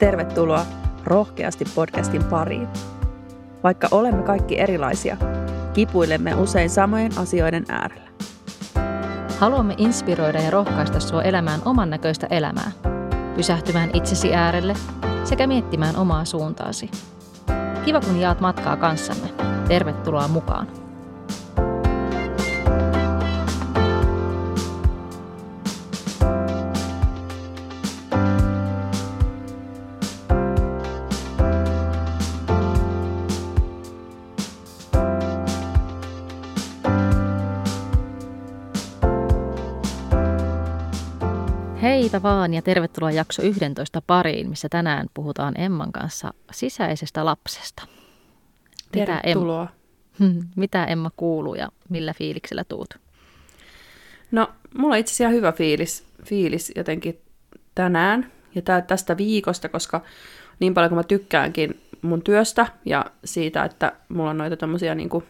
Tervetuloa Rohkeasti podcastin pariin. Vaikka olemme kaikki erilaisia, kipuilemme usein samojen asioiden äärellä. Haluamme inspiroida ja rohkaista sinua elämään oman näköistä elämää, pysähtymään itsesi äärelle sekä miettimään omaa suuntaasi. Kiva kun jaat matkaa kanssamme. Tervetuloa mukaan. Heipä vaan ja tervetuloa jakso 11 pariin, missä tänään puhutaan Emman kanssa sisäisestä lapsesta. Tervetuloa. Mitä Emma kuuluu ja millä fiiliksellä tuut? No, mulla on itse asiassa hyvä fiilis jotenkin tänään ja tästä viikosta, koska niin paljon kuin mä tykkäänkin mun työstä ja siitä, että mulla on noita tommosia niinku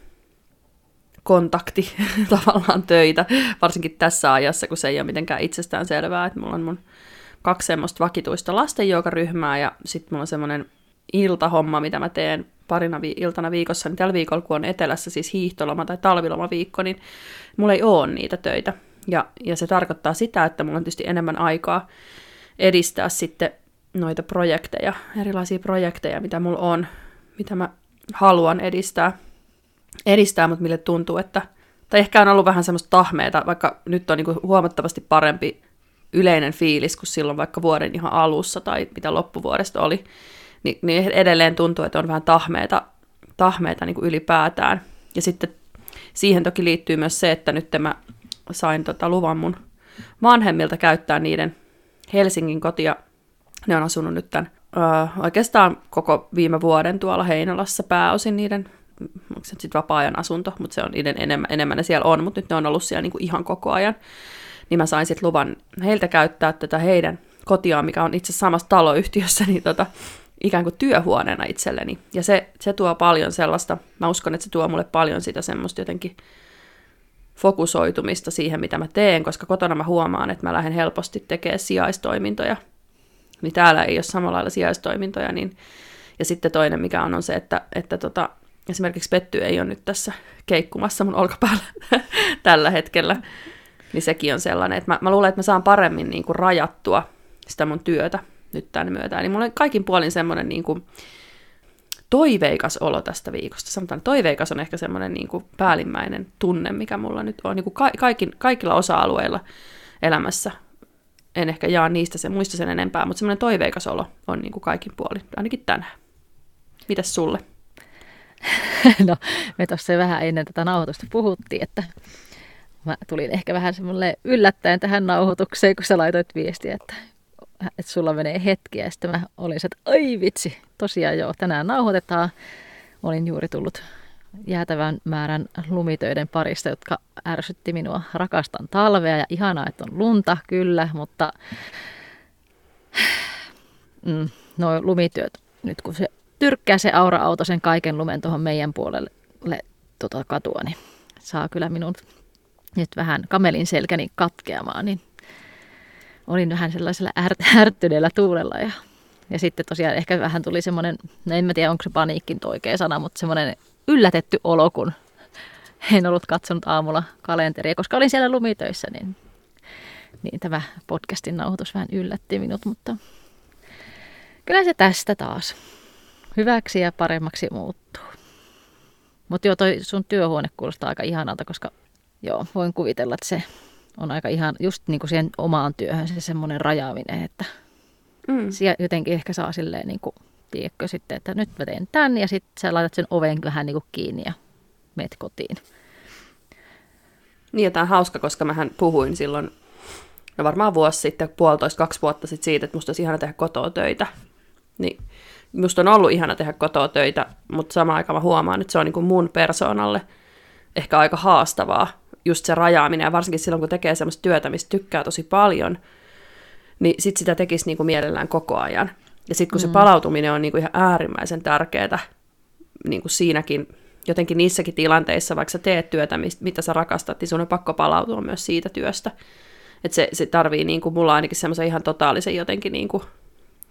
kontakti tavallaan töitä, varsinkin tässä ajassa, kun se ei ole mitenkään itsestään selvää, että mulla on mun 2 semmoista vakituista lastenjoogaryhmää ja sitten mulla on semmoinen iltahomma, mitä mä teen parina iltana viikossa, niin tällä viikolla, kun on etelässä siis hiihtoloma tai talvilomaviikko, niin mulla ei ole niitä töitä. Ja se tarkoittaa sitä, että mulla on tietysti enemmän aikaa edistää sitten noita projekteja, erilaisia projekteja, mitä mulla on, mitä mä haluan edistää, mutta mille tuntuu, että, tai ehkä on ollut vähän semmoista tahmeeta, vaikka nyt on niin kuin huomattavasti parempi yleinen fiilis kuin silloin vaikka vuoden ihan alussa tai mitä loppuvuodesta oli, niin edelleen tuntuu, että on vähän tahmeeta niin kuin ylipäätään. Ja sitten siihen toki liittyy myös se, että nyt mä sain luvan mun vanhemmilta käyttää niiden Helsingin kotia. Ne on asunut nyt oikeastaan koko viime vuoden tuolla Heinolassa pääosin niiden, onko se sitten vapaa-ajan asunto, mutta se on enemmän ne siellä on, mutta nyt ne on ollut siellä niin kuin ihan koko ajan. Niin mä sain sitten luvan heiltä käyttää tätä heidän kotiaan, mikä on itse asiassa samassa taloyhtiössä, niin ikään kuin työhuoneena itselleni. Ja se tuo paljon sellaista, mä uskon, että se tuo mulle paljon sitä semmoista jotenkin fokusoitumista siihen, mitä mä teen, koska kotona mä huomaan, että mä lähden helposti tekemään sijaistoimintoja. Niin täällä ei ole samalla lailla sijaistoimintoja. Niin. Ja sitten toinen, mikä on se, että esimerkiksi Petty ei ole nyt tässä keikkumassa mun olkapäällä tällä hetkellä. Niin sekin on sellainen, että mä luulen, että mä saan paremmin niin kuin rajattua sitä mun työtä nyt tämän myötä. Eli mulla on kaikin puolin semmoinen niin kuin toiveikas olo tästä viikosta. Sanotaan, että toiveikas on ehkä semmoinen niin kuin päällimmäinen tunne, mikä mulla nyt on niin kuin kaikilla osa-alueilla elämässä. En ehkä jaa niistä muista sen enempää, mutta semmoinen toiveikas olo on niin kuin kaikin puolin, ainakin tänään. Mitäs sulle? No, me tuossa vähän ennen tätä nauhoitusta puhuttiin, että mä tulin ehkä vähän semmoinen yllättäen tähän nauhoitukseen, kun sä laitoit viestiä, että sulla menee hetkiä. Ja sitten mä olin se, että ai vitsi, tosiaan joo, tänään nauhoitetaan. Olin juuri tullut jäätävän määrän lumitöiden parista, jotka ärsytti minua. Rakastan talvea ja ihanaa, että on lunta, kyllä, mutta nuo lumityöt, nyt kun se tyrkkää se aura-auto sen kaiken lumen tuohon meidän puolelle katua, niin saa kyllä minun nyt vähän kamelin selkäni katkeamaan, niin olin vähän sellaisella ärtyneellä tuulella ja sitten tosiaan ehkä vähän tuli semmoinen, no en mä tiedä onko se paniikki oikea sana, mutta semmoinen yllätetty olo, kun en ollut katsonut aamulla kalenteria, koska olin siellä lumitöissä, niin tämä podcastin nauhoitus vähän yllätti minut, mutta kyllä se tästä taas hyväksi ja paremmaksi muuttuu. Mutta joo, toi sun työhuone kuulostaa aika ihanalta, koska joo, voin kuvitella, että se on aika ihan just niin kuin siihen omaan työhön se semmoinen rajaaminen, että jotenkin ehkä saa silleen niin kuin, tiedätkö sitten, että nyt mä teen tän ja sitten sä laitat sen oven vähän niin kuin kiinni ja meet kotiin. Niin ja tää on hauska, koska mähän puhuin silloin, no varmaan vuosi sitten, 1,5-2 vuotta sitten siitä, että musta olisi ihana tehdä kotoa töitä. Niin musta on ollut ihana tehdä kotoa töitä, mutta samaan aikaan mä huomaan, että se on niin kuin mun persoonalle ehkä aika haastavaa. Just se rajaaminen, ja varsinkin silloin, kun tekee semmoista työtä, mistä tykkää tosi paljon, niin sit sitä tekisi niinku mielellään koko ajan. Ja sitten kun se palautuminen on niinku ihan äärimmäisen tärkeää niinku siinäkin, jotenkin niissäkin tilanteissa, vaikka sä teet työtä, mitä sä rakastat, niin sun on pakko palautua myös siitä työstä. Että se tarvii, niinku, mulla ainakin semmoisen ihan totaalisen jotenkin niinku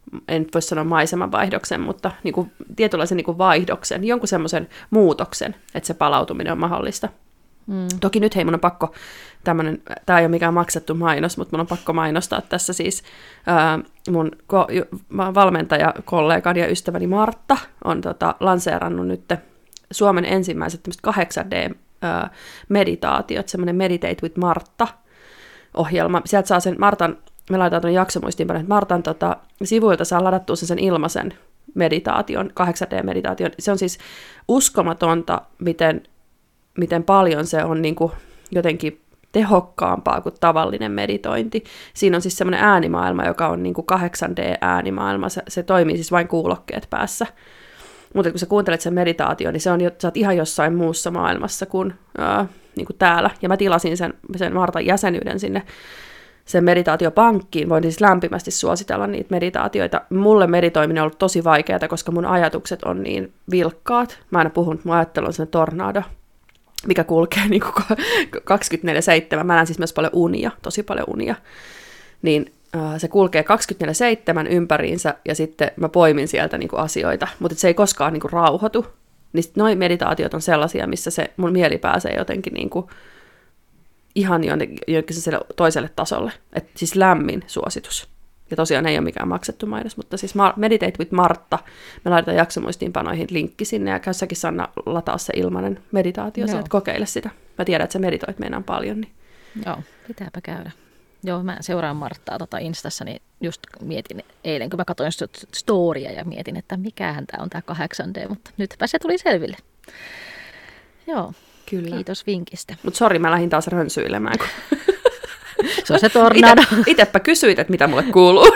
en voi sanoa maisemanvaihdoksen, mutta niin kuin tietynlaisen niin kuin vaihdoksen, jonkun semmoisen muutoksen, että se palautuminen on mahdollista. Toki nyt mun on pakko tämä ei ole mikään maksettu mainos, mutta mun on pakko mainostaa tässä siis mun valmentaja, kollegani ja ystäväni Martta on lanseerannut nyt Suomen ensimmäiset 8D-meditaatiot, semmoinen Meditate with Martta-ohjelma. Sieltä saa sen Martan, me laitetaan tuon jaksomuistiinpanoon, että Martan sivuilta saa ladattua sen ilmaisen meditaation, 8D-meditaation. Se on siis uskomatonta, miten paljon se on niin kuin jotenkin tehokkaampaa kuin tavallinen meditointi. Siinä on siis semmoinen äänimaailma, joka on niin kuin 8D-äänimaailma. Se toimii siis vain kuulokkeet päässä. Mutta kun sä kuuntelet sen meditaation, niin sä oot ihan jossain muussa maailmassa kuin, niin kuin täällä. Ja mä tilasin sen Martan jäsenyyden sinne sen meditaatiopankkiin. Voin siis lämpimästi suositella niitä meditaatioita. Mulle meditoiminen on ollut tosi vaikeaa, koska mun ajatukset on niin vilkkaat. Mä aina puhun, että mun ajattelu on sellainen tornado, mikä kulkee niin 24/7. Mä näen siis myös paljon unia, tosi paljon unia. Niin se kulkee 24/7 ympäriinsä, ja sitten mä poimin sieltä niin kuin asioita, mutta se ei koskaan niin kuin rauhoitu. Niin noi meditaatiot on sellaisia, missä se mun mieli pääsee jotenkin niin kuin ihan jonnekin toiselle tasolle. Et siis lämmin suositus. Ja tosiaan ei ole mikään maksettu mainos, mutta siis Meditate with Martta. Me laitetaan jaksomuistiinpanoihin linkki sinne, ja käy säkin Sanna lataa se ilmainen meditaatio, sieltä kokeile sitä. Mä tiedän, että sä meditoit meinaan paljon. Niin. Joo, pitääpä käydä. Joo, mä seuraan Marttaa Instassa, niin just mietin eilen, kun mä katsoin storya ja mietin, että mikähän tää on tää 8D, mutta nytpä se tuli selville. Joo, kyllä. Kiitos vinkistä. Mutta sori, mä lähdin taas rönsyilemään. Se on se tornado. Itepä kysyit, että mitä mulle kuuluu.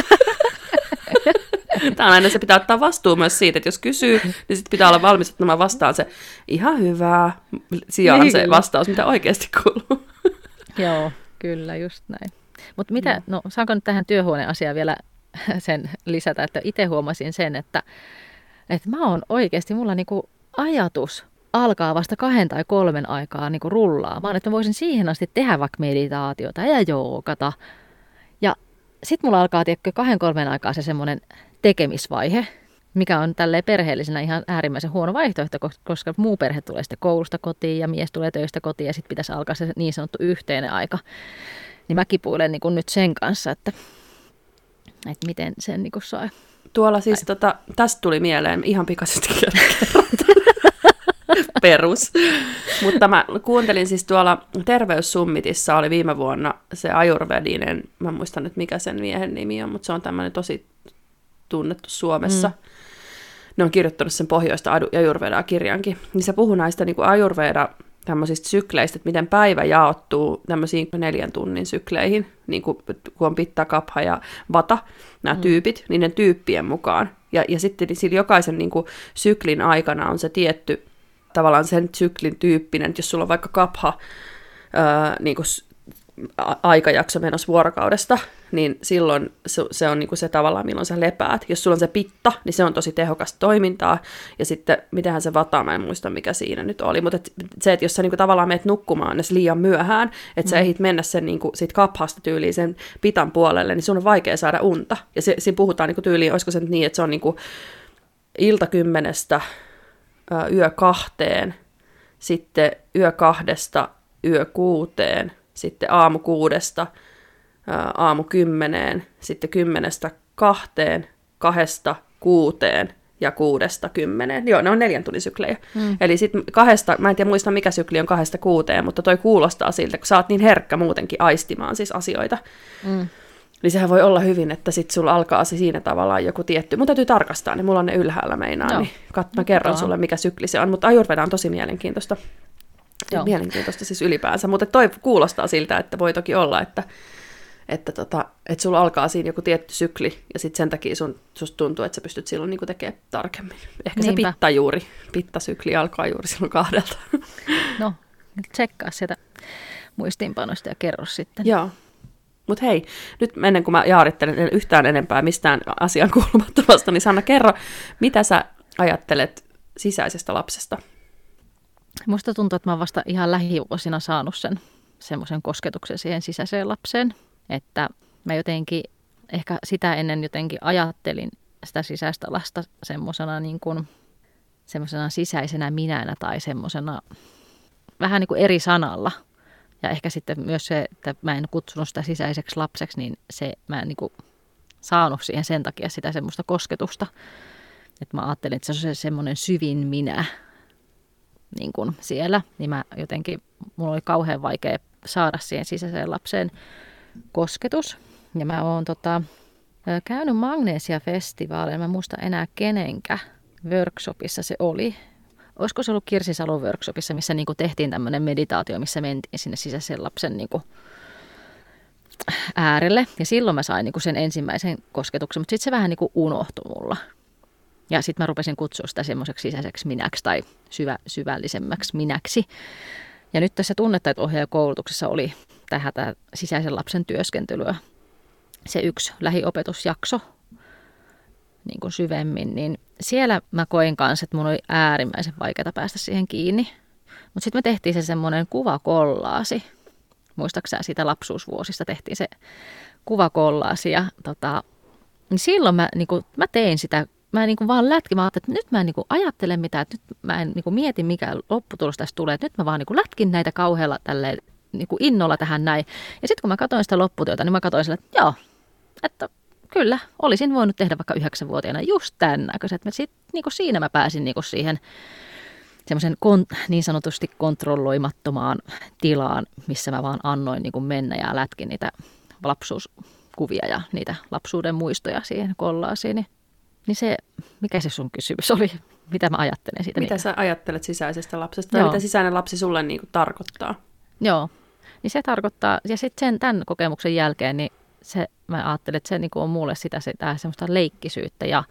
Tämä on aina, se pitää ottaa vastuu myös siitä, että jos kysyy, niin sitten pitää olla valmis ottamaan vastaan se ihan hyvää sijaan niin, se vastaus, mitä oikeasti kuuluu. Joo, kyllä, just näin. Mutta mitä, no saanko nyt tähän työhuoneasiaan vielä sen lisätä, että itse huomasin sen, että mä oon oikeasti, mulla niinku ajatus alkaa vasta 2 tai 3 aikaa niinku rullaamaan, että mä voisin siihen asti tehdä vaikka meditaatiota ja joogata. Ja sitten mulla alkaa 2-3 aikaa se semmoinen tekemisvaihe, mikä on tälleen perheellisenä ihan äärimmäisen huono vaihtoehto, koska muu perhe tulee sitten koulusta kotiin ja mies tulee töistä kotiin ja sitten pitäisi alkaa se niin sanottu yhteinen aika. Niin mä kipuilen niin kuin nyt sen kanssa, että miten sen niin kuin saa. Tuolla siis, tästä tuli mieleen ihan pikaisesti perus. Mutta mä kuuntelin siis tuolla Terveyssummitissa oli viime vuonna se ayurvedinen, mä en muista nyt mikä sen miehen nimi on, mutta se on tämmöinen tosi tunnettu Suomessa. Ne on kirjoittanut sen pohjoista Ayurveda-kirjankin. Niin se puhuu näistä niin kuin Ayurveda tämmöisistä sykleistä, että miten päivä jaottuu tämmöisiin 4 tunnin sykleihin, niin kuin kun on pitta, kapha ja vata, nämä tyypit, niiden tyyppien mukaan. Ja sitten niin sillä jokaisen niin kuin syklin aikana on se tietty, tavallaan sen syklin tyyppinen, että jos sulla on vaikka kapha, niin kuin aikajakso menossa vuorokaudesta, niin silloin se on niinku se tavallaan, milloin sä lepäät. Jos sulla on se pitta, niin se on tosi tehokasta toimintaa. Ja sitten, mitähän se vata, mä en muista, mikä siinä nyt oli. Mutta se, että jos sä niinku tavallaan meet nukkumaan edes liian myöhään, että sä ehdit mennä sen niinku siitä kaphasta tyyliin sen pitan puolelle, niin sun on vaikea saada unta. Ja siinä puhutaan niinku tyyliin, olisiko se nyt niin, että se on niinku ilta 10 yö 2, sitten yö 2 yö 6, sitten aamu 6, aamu 10, sitten 10 2, 2 6 ja 6 10. Joo, ne on 4 tunnin syklejä. Eli sitten 2, mä en tiedä muista mikä sykli on 2 6, mutta toi kuulostaa siltä, kun sä oot niin herkkä muutenkin aistimaan siis asioita. Niin sehän voi olla hyvin, että sit sulla alkaa se siinä tavallaan joku tietty. Mun täytyy tarkastaa, niin mulla on ne ylhäällä meinaan, niin mä kerron sulle mikä sykli se on. Mutta Ayurveda on tosi mielenkiintoista. Joo. Mielenkiintoista siis ylipäänsä, mutta toi kuulostaa siltä, että voi toki olla, että sulla alkaa siinä joku tietty sykli, ja sitten sen takia susta tuntuu, että sä pystyt silloin niinku tekemään tarkemmin. Ehkä niinpä. Se pittasykli alkaa juuri silloin 2. No, tsekkaa sitä muistiinpanosta ja kerro sitten. Joo, mutta hei, nyt ennen kuin mä jaarittelen yhtään enempää mistään asian kuulumattomasta, niin Sanna, kerro, mitä sä ajattelet sisäisestä lapsesta? Musta tuntuu, että mä oon vasta ihan lähivuosina saanut semmoisen kosketuksen siihen sisäiseen lapseen, että mä jotenkin ehkä sitä ennen jotenkin ajattelin sitä sisäistä lasta semmoisena niin kuin semmoisena sisäisenä minänä tai semmoisena vähän niin kuin eri sanalla. Ja ehkä sitten myös se, että mä en kutsunut sitä sisäiseksi lapseksi, niin mä en niin kuin saanut siihen sen takia sitä semmoista kosketusta. Että mä ajattelin, että se on semmoinen syvin minä niin kuin siellä. Niin mulla oli kauhean vaikea saada siihen sisäiseen lapseen kosketus. Ja mä oon käynyt Magnesia-festivaaleilla, mä en muista enää kenenkä workshopissa se oli. Olisiko se ollut Kirsi Salon workshopissa, missä niin kuin tehtiin tämmöinen meditaatio, missä mentiin sinne sisäisen lapsen niin kuin äärelle. Ja silloin mä sain niin kuin sen ensimmäisen kosketuksen, mutta sitten se vähän niin kuin unohtui mulla. Ja sitten mä rupesin kutsua sitä semmoiseksi sisäiseksi minäksi tai syvällisemmäksi minäksi. Ja nyt tässä tunnetaito-ohjaajakoulutuksessa oli tämä sisäisen lapsen työskentelyä. Se yksi lähiopetusjakso niin kuin syvemmin, niin siellä mä koin kanssa, että mun oli äärimmäisen vaikeaa päästä siihen kiinni. Mutta sitten me tehtiin se semmoinen kuvakollaasi. Muistaakseni siitä lapsuusvuosista tehtiin se kuvakollaasi. Ja niin silloin mä tein sitä, mä niin kuin vaan lätkin. Mä ajattelin, että nyt mä en niin kuin ajattele mitään, että nyt mä en niin kuin mieti, mikä lopputulos tästä tulee. Että nyt mä vaan niin kuin lätkin näitä kauhealla tälleen niin kuin innolla tähän näin. Ja sitten kun mä katsoin sitä lopputyötä, niin mä katsoin sillä, että joo, että kyllä, olisin voinut tehdä vaikka 9-vuotiaana just tämän näköiset. Niin siinä mä pääsin niin siihen semmoisen niin sanotusti kontrolloimattomaan tilaan, missä mä vaan annoin niin kuin mennä ja lätkin niitä lapsuuskuvia ja niitä lapsuuden muistoja siihen kollaasiin. Niin se, mikä se sun kysymys oli? Mitä mä ajattelen siitä? Mitä sä ajattelet sisäisestä lapsesta? Tai mitä sisäinen lapsi sulle niin kuin tarkoittaa? Joo, niin se tarkoittaa, ja sitten tämän kokemuksen jälkeen, niin mä ajattelen, että se niin kuin on mulle sitä semmoista leikkisyyttä ja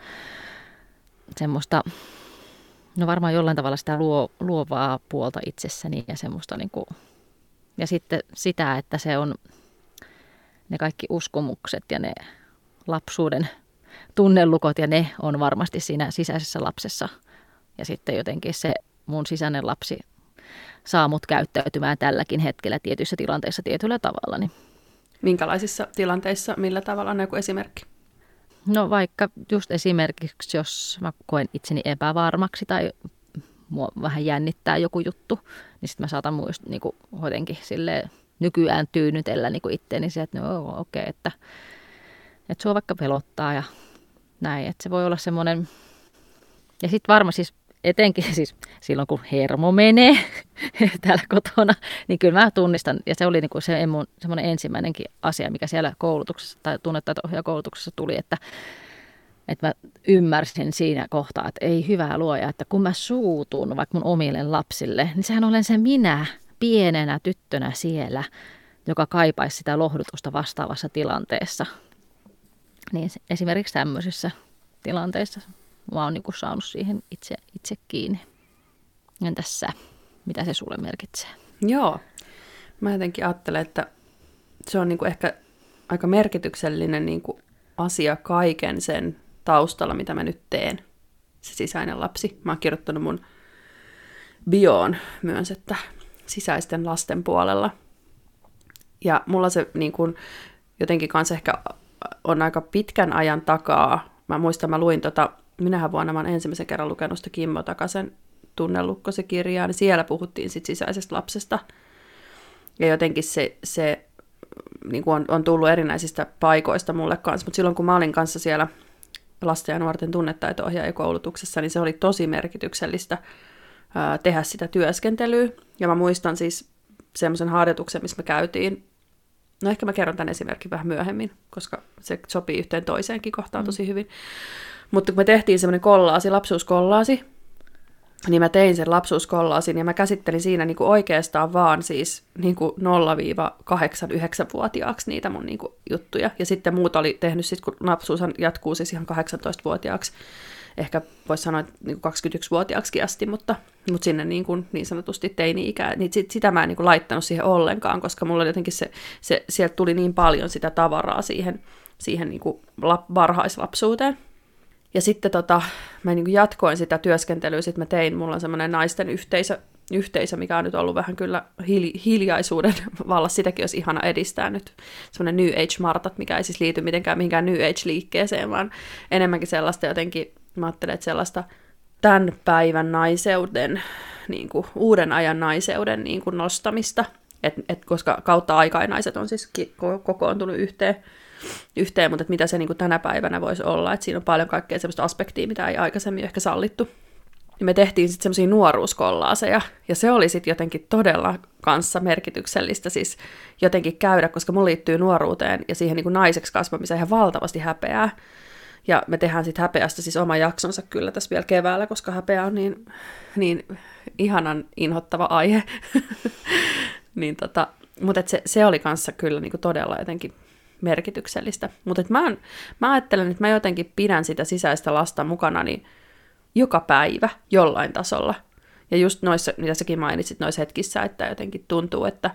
semmoista, no varmaan jollain tavalla sitä luovaa puolta itsessäni ja semmoista niin kuin, ja sitten sitä, että se on ne kaikki uskomukset ja ne lapsuuden tunnelukot ja ne on varmasti siinä sisäisessä lapsessa. Ja sitten jotenkin se mun sisäinen lapsi saa mut käyttäytymään tälläkin hetkellä tietyissä tilanteissa tietyllä tavalla. Niin. Minkälaisissa tilanteissa, millä tavalla on joku esimerkki? No vaikka just esimerkiksi, jos mä koen itseni epävarmaksi tai mua vähän jännittää joku juttu, niin sitten mä saatan niinku jotenkin silleen nykyään tyynnytellä niinku itteeni sieltä, että no okei, että sua vaikka pelottaa ja näin, että se voi olla semmoinen, ja sitten varmaan siis etenkin siis silloin kun hermo menee täällä kotona, niin kyllä mä tunnistan, ja se oli niinku semmoinen ensimmäinenkin asia, mikä siellä koulutuksessa tai tunnetaito-ohjaajakoulutuksessa tuli, että mä ymmärsin siinä kohtaa, että ei hyvää luoja, että kun mä suutun vaikka mun omille lapsille, niin sehän olen se minä pienenä tyttönä siellä, joka kaipaisi sitä lohdutusta vastaavassa tilanteessa. Niin esimerkiksi tämmöisissä tilanteissa mä oon niinku saanut siihen itse kiinni. Entäs sä? Mitä se sulle merkitsee? Joo. Mä jotenkin ajattelen, että se on niinku ehkä aika merkityksellinen niinku asia kaiken sen taustalla, mitä mä nyt teen. Se sisäinen lapsi. Mä oon kirjoittanut mun bioon myös, että sisäisten lasten puolella. Ja mulla se niinku, jotenkin kanssa ehkä on aika pitkän ajan takaa. Mä muistan, mä luin minähän vuonna mä oon ensimmäisen kerran lukenut sitä Kimmo Takasen Tunnelukko-kirjaa, niin siellä puhuttiin sit sisäisestä lapsesta. Ja jotenkin se niin kuin on tullut erinäisistä paikoista mulle kanssa, mutta silloin kun mä olin kanssa siellä lasten ja nuorten tunnetaito-ohjaajakoulutuksessa, niin se oli tosi merkityksellistä tehdä sitä työskentelyä. Ja mä muistan siis semmoisen harjoituksen, missä me käytiin. No ehkä mä kerron tämän esimerkin vähän myöhemmin, koska se sopii yhteen toiseenkin kohtaan tosi hyvin. Mutta kun me tehtiin semmoinen kollaasi, lapsuuskollaasi, niin mä tein sen lapsuuskollaasin ja mä käsittelin siinä niinku oikeastaan vaan siis niinku 0-8-9-vuotiaaksi niitä mun niinku juttuja. Ja sitten muut oli tehnyt, sit, kun lapsuushan jatkuu siis ihan 18-vuotiaaksi, ehkä voisi sanoa, että niinku 21-vuotiaaksi asti, mutta sinne niin sanotusti teini-ikään, niin sitä mä en niinku laittanut siihen ollenkaan, koska mulla jotenkin sieltä tuli niin paljon sitä tavaraa siihen niinku varhaislapsuuteen. Ja sitten mä niin kuin jatkoin sitä työskentelyä, sitten mulla on semmoinen naisten yhteisö yhteisö, mikä on nyt ollut vähän kyllä hiljaisuuden vallassa, sitäkin olisi ihana edistää nyt. Semmoinen New Age-martat, mikä ei siis liity mitenkään mihinkään New Age-liikkeeseen, vaan enemmänkin sellaista jotenkin, mä ajattelen, että sellaista tämän päivän naiseuden, niin kuin uuden ajan naiseuden niin kuin nostamista, koska kautta aikainaiset on siis kokoontunut yhteen, mutta mitä se niin kuin tänä päivänä voisi olla, että siinä on paljon kaikkea sellaista aspektia, mitä ei aikaisemmin ehkä sallittu. Ja me tehtiin sitten semmoisia nuoruuskollaaseja, ja se oli sitten jotenkin todella kanssa merkityksellistä siis jotenkin käydä, koska mun liittyy nuoruuteen ja siihen niin kuin naiseksi kasvamiseen ihan valtavasti häpeää. Ja me tehdään sitten häpeästä siis oma jaksonsa kyllä tässä vielä keväällä, koska häpeä on niin ihanan inhottava aihe. Mutta se oli kanssa kyllä niin kuin todella jotenkin merkityksellistä. Mutta mä ajattelen, että mä jotenkin pidän sitä sisäistä lasta mukanani joka päivä jollain tasolla. Ja just noissa, mitä säkin mainitsit noissa hetkissä, että jotenkin tuntuu, että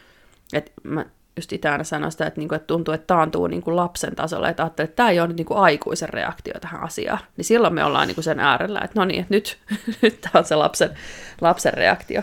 mä just itse aina sanon sitä, että tuntuu, että taantuu niin kuin lapsen tasolla, että ajattelee, että tämä ei ole nyt niin kuin aikuisen reaktio tähän asiaan. Niin silloin me ollaan niin kuin sen äärellä, että no niin, että nyt tämä on se lapsen reaktio.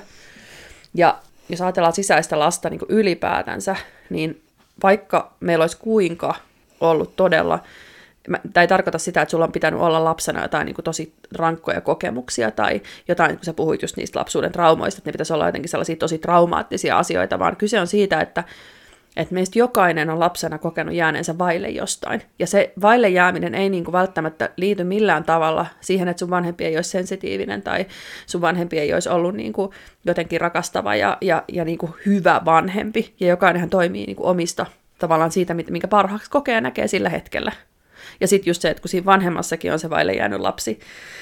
Ja jos ajatellaan sisäistä lasta niin kuin ylipäätänsä, niin vaikka meillä olisi kuinka ollut todella, tämä ei tarkoita sitä, että sulla on pitänyt olla lapsena jotain niin kuin tosi rankkoja kokemuksia tai jotain, kun sä puhuit just niistä lapsuuden traumoista, että ne pitäisi olla jotenkin sellaisia tosi traumaattisia asioita, vaan kyse on siitä, että meistä jokainen on lapsena kokenut jääneensä vaille jostain. Ja se vaille jääminen ei niin kuin välttämättä liity millään tavalla siihen, että sun vanhempi ei olisi sensitiivinen tai sun vanhempi ei olisi ollut niin kuin jotenkin rakastava ja niin kuin hyvä vanhempi. Ja jokainenhan toimii niin kuin omista tavallaan siitä, minkä parhaaksi kokee ja näkee sillä hetkellä. Ja sitten just se, että kun siinä vanhemmassakin on se vaille jäänyt lapsi,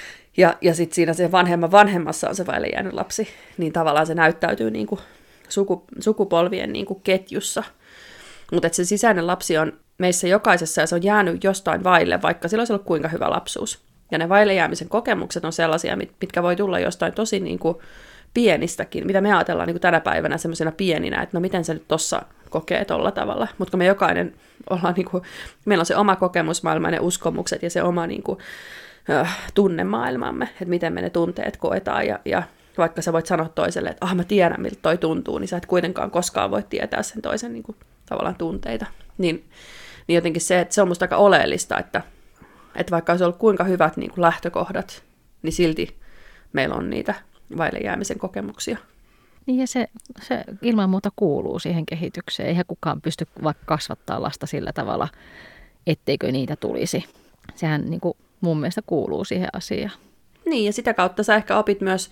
ja sitten siinä se vanhemmassa on se vaille jäänyt lapsi, niin tavallaan se näyttäytyy niin kuin sukupolvien niin kuin ketjussa. Mutta se sisäinen lapsi on meissä jokaisessa, ja se on jäänyt jostain vaille, vaikka sillä olisi ollut kuinka hyvä lapsuus. Ja ne vaille jäämisen kokemukset on sellaisia, mitkä voi tulla jostain tosi niin kuin pienistäkin, mitä me ajatellaan niin kuin tänä päivänä semmoisena pieninä, että no miten sä nyt tossa kokee tolla tavalla. Mutta me jokainen ollaan, niin kuin, meillä on se oma kokemusmaailma, ne uskomukset ja se oma niin kuin, tunnemaailmamme, että miten me ne tunteet koetaan. Ja vaikka sä voit sanoa toiselle, että mä tiedän, miltä toi tuntuu, niin sä et kuitenkaan koskaan voi tietää sen toisen niin kuin, tavallaan tunteita. Niin jotenkin se, että se on musta aika oleellista, että vaikka olisi ollut kuinka hyvät niin kuin lähtökohdat, niin silti meillä on niitä vaille jäämisen kokemuksia. Niin ja se ilman muuta kuuluu siihen kehitykseen. Eihän kukaan pysty vaikka kasvattaa lasta sillä tavalla, etteikö niitä tulisi. Sehän niin kuin mun mielestä kuuluu siihen asiaan. Niin ja sitä kautta sä ehkä opit myös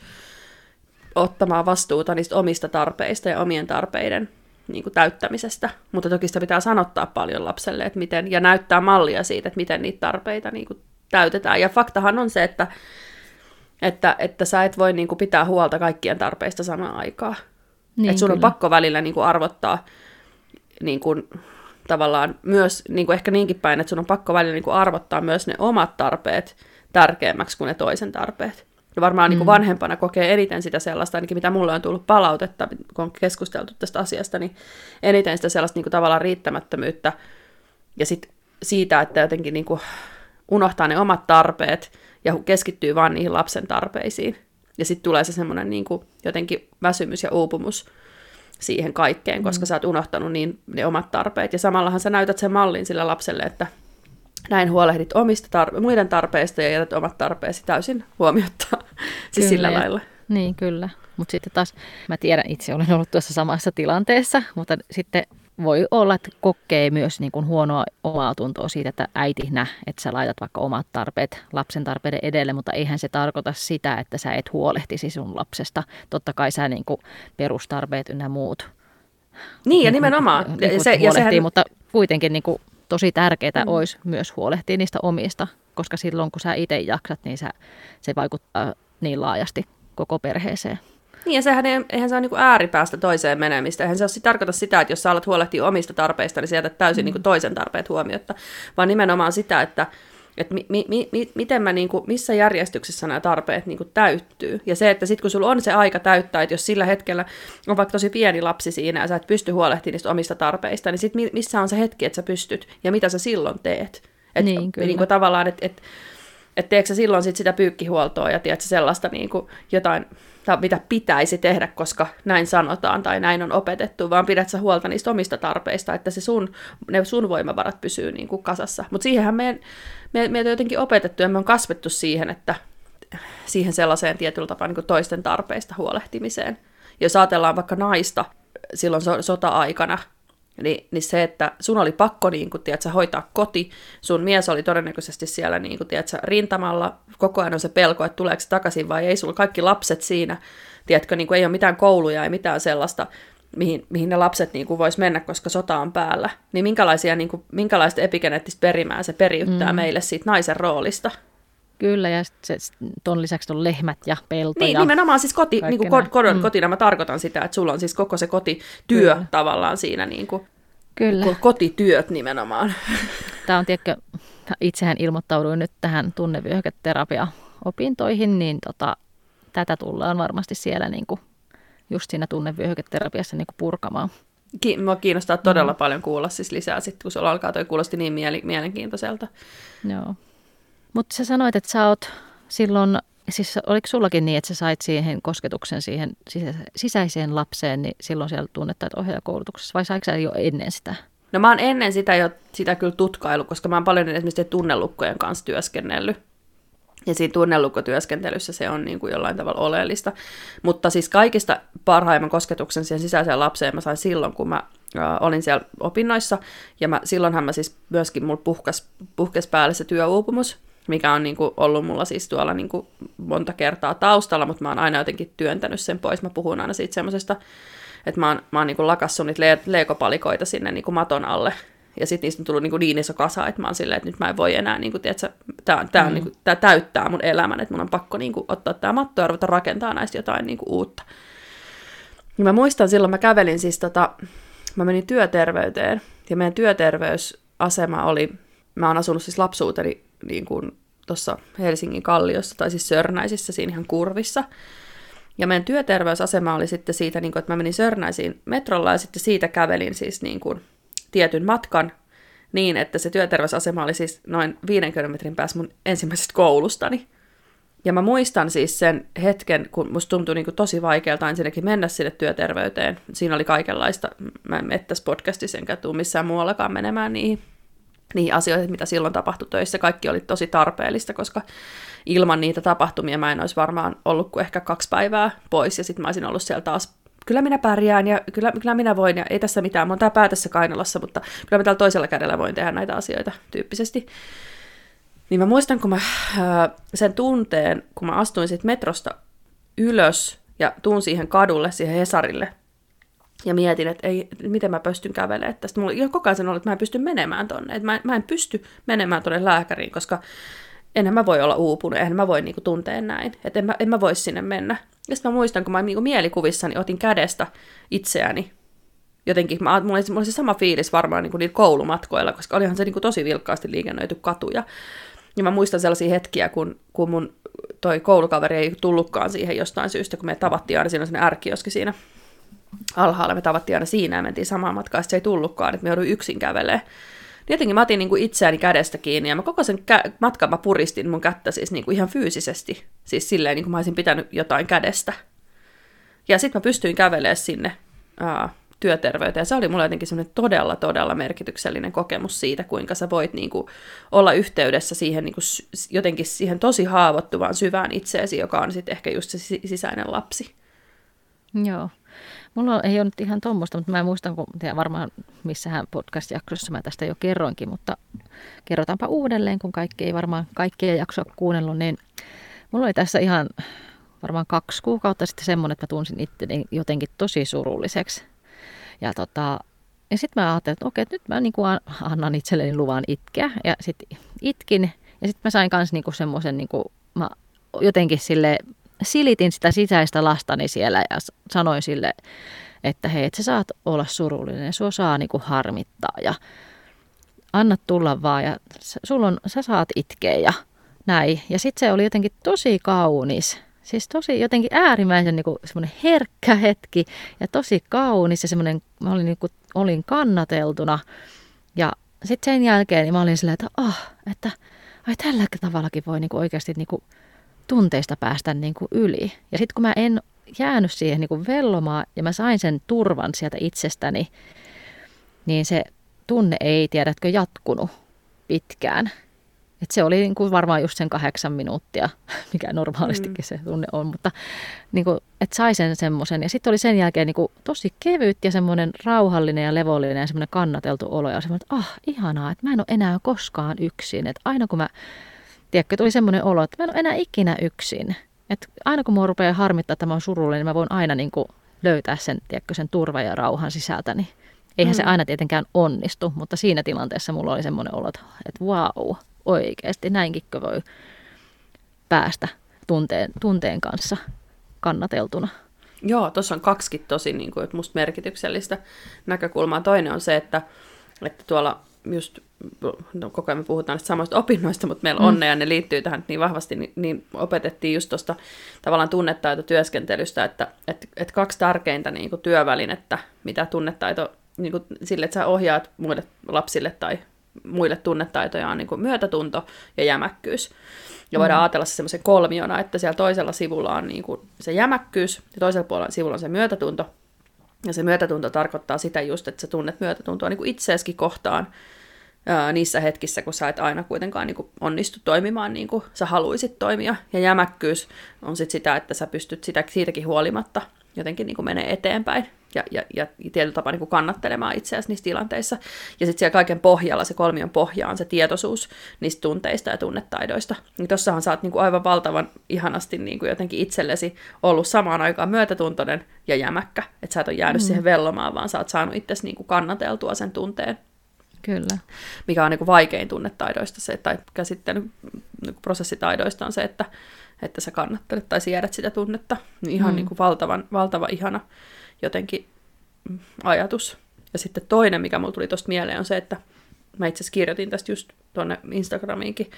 ottamaan vastuuta niistä omista tarpeista ja omien tarpeiden niin kuin täyttämisestä. Mutta toki sitä pitää sanottaa paljon lapselle, että miten, ja näyttää mallia siitä, että miten niitä tarpeita niin kuin täytetään. Ja faktahan on se, että sä et voi niin kuin pitää huolta kaikkien tarpeista samaan aikaan. Niin, että sun on pakko välillä niin kuin arvottaa niin kuin, tavallaan myös niin kuin ehkä niinkin päin, että sun on pakko välillä niin kuin arvottaa myös ne omat tarpeet tärkeämmäksi kuin ne toisen tarpeet. Ja varmaan niin kuin vanhempana kokee eniten sitä sellaista, ainakin mitä mulle on tullut palautetta, kun on keskusteltu tästä asiasta, niin eniten sitä sellaista niin kuin tavallaan riittämättömyyttä ja sit siitä, että jotenkin niin kuin unohtaa ne omat tarpeet ja keskittyy vaan niihin lapsen tarpeisiin. Ja sitten tulee se semmoinen niin kuin jotenkin väsymys ja uupumus siihen kaikkeen, koska sä oot unohtanut niin ne omat tarpeet. Ja samallahan sä näytät sen mallin sille lapselle, että näin huolehdit muiden tarpeista ja jätät omat tarpeesi täysin huomiotta. Siis sillä lailla. Niin, kyllä. Mutta sitten taas, mä tiedän, itse olen ollut tuossa samassa tilanteessa, mutta sitten voi olla, että kokee myös niin kuin huonoa omaa tuntoa siitä, että äiti että sä laitat vaikka omat tarpeet lapsen tarpeiden edelle, mutta eihän se tarkoita sitä, että sä et huolehtisi sun lapsesta. Totta kai sä niin kuin perustarpeet ynnä muut. Niin, ja nimenomaan. Huolehtii, mutta kuitenkin niin kuin tosi tärkeää olisi myös huolehtia niistä omista, koska silloin kun sä itse jaksat, niin se vaikuttaa niin laajasti koko perheeseen. Niin, ja eihän se ole niin ääripäästä toiseen menemistä. Eihän se ole tarkoita sitä, että jos sä alat huolehtia omista tarpeista, niin sä jätät täysin niin toisen tarpeet huomiotta, vaan nimenomaan sitä, että miten mä, niin kuin, missä järjestyksessä nämä tarpeet niin kuin täyttyy. Ja se, että sitten kun sulla on se aika täyttää, että jos sillä hetkellä on vaikka tosi pieni lapsi siinä ja sä et pysty huolehtimaan niistä omista tarpeista, niin sitten missä on se hetki, että sä pystyt ja mitä sä silloin teet. Niin, kyllä. Niin kuin tavallaan, että Että teekö sä silloin sit sitä pyykkihuoltoa ja tiedätkö sellaista niin kuin jotain, mitä pitäisi tehdä, koska näin sanotaan tai näin on opetettu, vaan pidät sä huolta niistä omista tarpeista, että ne sun voimavarat pysyy niin kuin kasassa. Mutta siihenhän meitä on jotenkin opetettu ja me on kasvettu siihen sellaiseen tietyllä tapaa niin kuin toisten tarpeista huolehtimiseen. Jos ajatellaan vaikka naista silloin sota-aikana, niin se, että sun oli pakko niin kun, tiedätkö, hoitaa koti, sun mies oli todennäköisesti siellä niin kun, tiedätkö, rintamalla, koko ajan on se pelko, että tuleeko se takaisin vai ei, sulla kaikki lapset siinä, tiedätkö, niin kun, ei ole mitään kouluja, ei mitään sellaista, mihin ne lapset niin vois mennä, koska sota on päällä, niin minkälaista epigeneettistä perimää se periyttää meille siitä naisen roolista. Kyllä, ja ton lisäksi on lehmät ja pelto. Niin, nimenomaan siis kotina mä tarkoitan sitä, että sulla on siis koko se kotityö tavallaan siinä, niin kuin, Kyllä. Kotityöt nimenomaan. Tämä on, tiedätkö, itsehän ilmoittauduin nyt tähän tunnevyöhyketerapia-opintoihin, niin tätä tullaan varmasti siellä niin kuin, just siinä tunnevyöhyketerapiassa niin kuin purkamaan. Mua kiinnostaa todella paljon kuulla siis lisää, sit, kun sulla alkaa toi kuulosti niin mielenkiintoiselta. Joo. Mutta sä sanoit, että sä oot silloin, siis oliko sullakin niin, että sä sait siihen kosketuksen siihen sisäiseen lapseen, niin silloin siellä tunnettaito-ohjaajakoulutuksessa, vai saiko sä jo ennen sitä? No mä oon ennen sitä kyllä tutkailu, koska mä oon paljon esimerkiksi tunnelukkojen kanssa työskennellyt. Ja siinä tunnelukkotyöskentelyssä se on niin kuin jollain tavalla oleellista. Mutta siis kaikista parhaimman kosketuksen siihen sisäiseen lapseen mä sain silloin, kun mä olin siellä opinnoissa. Ja silloinhan mä siis myöskin mulla puhkesi päälle se työuupumus, mikä on niin kuin ollut mulla siis tuolla niin kuin monta kertaa taustalla, mutta mä oon aina jotenkin työntänyt sen pois. Mä puhun aina siitä semmoisesta, että mä oon niin kuin lakassut niitä leekopalikoita sinne niin kuin maton alle. Ja sitten niistä on tullut niin iso kasa, että mä oon silleen, että nyt mä en voi enää, niin kuin, tiedätkö, tää täyttää mun elämän, että mun on pakko niin kuin, ottaa tämä matto ja ruveta rakentaa näistä jotain niin kuin, uutta. Ja mä muistan silloin, mä kävelin siis, mä menin työterveyteen, ja meidän työterveysasema oli, mä oon asunut siis lapsuuteni niin kuin tuossa Helsingin Kalliossa, tai siis Sörnäisissä, siinä ihan kurvissa. Ja meidän työterveysasema oli sitten siitä, niin kuin, että mä menin Sörnäisiin metrolla, ja sitten siitä kävelin siis niin kuin tietyn matkan niin, että se työterveysasema oli siis noin 50 metrin päässä mun ensimmäisestä koulustani. Ja mä muistan siis sen hetken, kun musta tuntui niin kuin tosi vaikealta ensinnäkin mennä sinne työterveyteen. Siinä oli kaikenlaista, mä en mene tässä podcastissa enkä tule missään muuallakaan menemään niihin asioihin, mitä silloin tapahtui töissä. Kaikki oli tosi tarpeellista, koska ilman niitä tapahtumia mä en olisi varmaan ollut kuin ehkä 2 päivää pois, ja sitten mä olisin ollut siellä taas kyllä minä pärjään ja kyllä minä voin ja ei tässä mitään, mä oon tää pää tässä kainalossa, mutta kyllä mä tällä toisella kädellä voin tehdä näitä asioita tyyppisesti. Niin mä muistan, kun mä sen tunteen, kun mä astuin siitä metrosta ylös ja tuun siihen kadulle, siihen Hesarille ja mietin, että miten mä pystyn kävelemään tästä. Mulla koko ajan ollut, että mä en pysty menemään tonne, että mä en pysty menemään tonne lääkäriin, koska enhän mä voi olla uupunut, enhän mä voi niinku tuntea näin, että en mä voi sinne mennä. Ja sitten mä muistan, kun mä niinku mielikuvissani otin kädestä itseäni. Jotenkin mulla oli se sama fiilis varmaan niinku niillä koulumatkoilla, koska olihan se niinku tosi vilkkaasti liikennöity katuja. Ja mä muistan sellaisia hetkiä, kun mun toi koulukaveri ei tullutkaan siihen jostain syystä, kun me tavattiin aina, siinä on sellainen ärkioski siinä alhaalla, me tavattiin aina siinä ja mentiin samaan matkaan, se ei tullutkaan, että me jouduin yksin kävelemään. Jotenkin mä otin niin kuin itseäni kädestä kiinni ja mä koko sen matkan mä puristin mun kättä siis niin kuin ihan fyysisesti. Siis silleen niin kuin mä olisin pitänyt jotain kädestä. Ja sitten mä pystyin kävelemään sinne työterveyteen. Se oli mulle jotenkin semmoinen todella, todella merkityksellinen kokemus siitä, kuinka sä voit niin kuin olla yhteydessä siihen niin kuin jotenkin siihen tosi haavoittuvaan syvään itseesi, joka on sitten ehkä just se sisäinen lapsi. Joo. Mulla ei ole nyt ihan tuommoista, mutta mä muistan, kun varmaan missähän podcast-jaksossa mä tästä jo kerroinkin, mutta kerrotaanpa uudelleen, kun kaikki ei varmaan kaikkia jaksoa kuunnellut, niin mulla oli tässä ihan varmaan 2 kuukautta sitten semmoinen, että mä tunsin itteni jotenkin tosi surulliseksi. Ja sitten mä ajattelin, että okei, nyt mä niin kuin annan itselleni luvan itkeä, ja sitten itkin, ja sitten mä sain myös niin semmoisen, niin mä jotenkin silleen, silitin sitä sisäistä lastani siellä ja sanoin sille, että hei, että sä saat olla surullinen, sua saa niinku harmittaa ja anna tulla vaan ja sä saat itkeä ja näin. Ja sitten se oli jotenkin tosi kaunis, siis tosi jotenkin äärimmäisen niinku semmoinen herkkä hetki ja tosi kaunis ja semmoinen, mä olin kannateltuna ja sitten sen jälkeen niin mä olin silleen, että ai tällä tavallakin voi niin kuin oikeasti niin kuin tunteista päästä niin kuin yli. Ja sitten kun mä en jäänyt siihen niin kuin vellomaan ja mä sain sen turvan sieltä itsestäni, niin se tunne ei, tiedätkö, jatkunut pitkään. Et se oli niin kuin varmaan just sen 8 minuuttia, mikä normaalistikin se tunne on, mutta niin kuin, että sai sen semmoisen. Ja sitten oli sen jälkeen niin kuin tosi kevyt ja semmoinen rauhallinen ja levollinen ja semmoinen kannateltu olo. Ja semmoinen, että ihanaa, että mä en ole enää koskaan yksin. Että aina kun tiedätkö, tuli semmoinen olo, että mä en ole enää ikinä yksin. Että aina kun mua rupeaa harmittaa, että mä oon surullinen, niin mä voin aina niin kuin löytää sen, tiedätkö, sen turvan ja rauhan sisältäni. Eihän se aina tietenkään onnistu, mutta siinä tilanteessa mulla oli semmoinen olo, että vau, oikeasti näinkinkö voi päästä tunteen kanssa kannateltuna. Joo, tuossa on kaksikin tosi niin kuin, että musta merkityksellistä näkökulmaa. Toinen on se, että tuolla just, koko ajan me puhutaan näistä samoista opinnoista, mutta meillä onnea ne liittyy tähän niin vahvasti, niin opetettiin just tuosta tavallaan tunnetaitotyöskentelystä, että 2 tärkeintä niin kuin työvälinettä, mitä tunnetaito, niin kuin sille, että sä ohjaat muille lapsille tai muille tunnetaitoja on niin kuin myötätunto ja jämäkkyys. Ja voidaan ajatella se semmoisen kolmiona, että siellä toisella sivulla on niin kuin se jämäkkyys ja toisella puolella sivulla on se myötätunto. Ja se myötätunto tarkoittaa sitä just, että sä tunnet myötätuntoa niin kuin itseäskin kohtaan niissä hetkissä, kun sä et aina kuitenkaan niin kuin onnistu toimimaan niin kuin sä haluisit toimia. Ja jämäkkyys on sitten sitä, että sä pystyt siitäkin huolimatta jotenkin niin kuin menee eteenpäin ja tietyllä tapaa niin kuin kannattelemaan itseäsi niissä tilanteissa. Ja sitten siellä kaiken pohjalla, se kolmion pohja on se tietoisuus niistä tunteista ja tunnetaidoista. Ja tossahan sä oot niin kuin aivan valtavan ihanasti niin kuin jotenkin itsellesi ollut samaan aikaan myötätuntoinen ja jämäkkä. Että sä et ole jäänyt siihen vellomaan, vaan sä oot saanut itsesi niin kuin kannateltua sen tunteen. Kyllä. Mikä on niin kuin vaikein tunnetaidoista se, tai käsittelyn niin prosessitaidoista on se, että sä kannattelet tai siedät sitä tunnetta. Ihan niin kuin valtava ihana jotenkin ajatus. Ja sitten toinen, mikä mulle tuli tuosta mieleen, on se, että mä itse asiassa kirjoitin tästä just tuonne Instagramiinkin,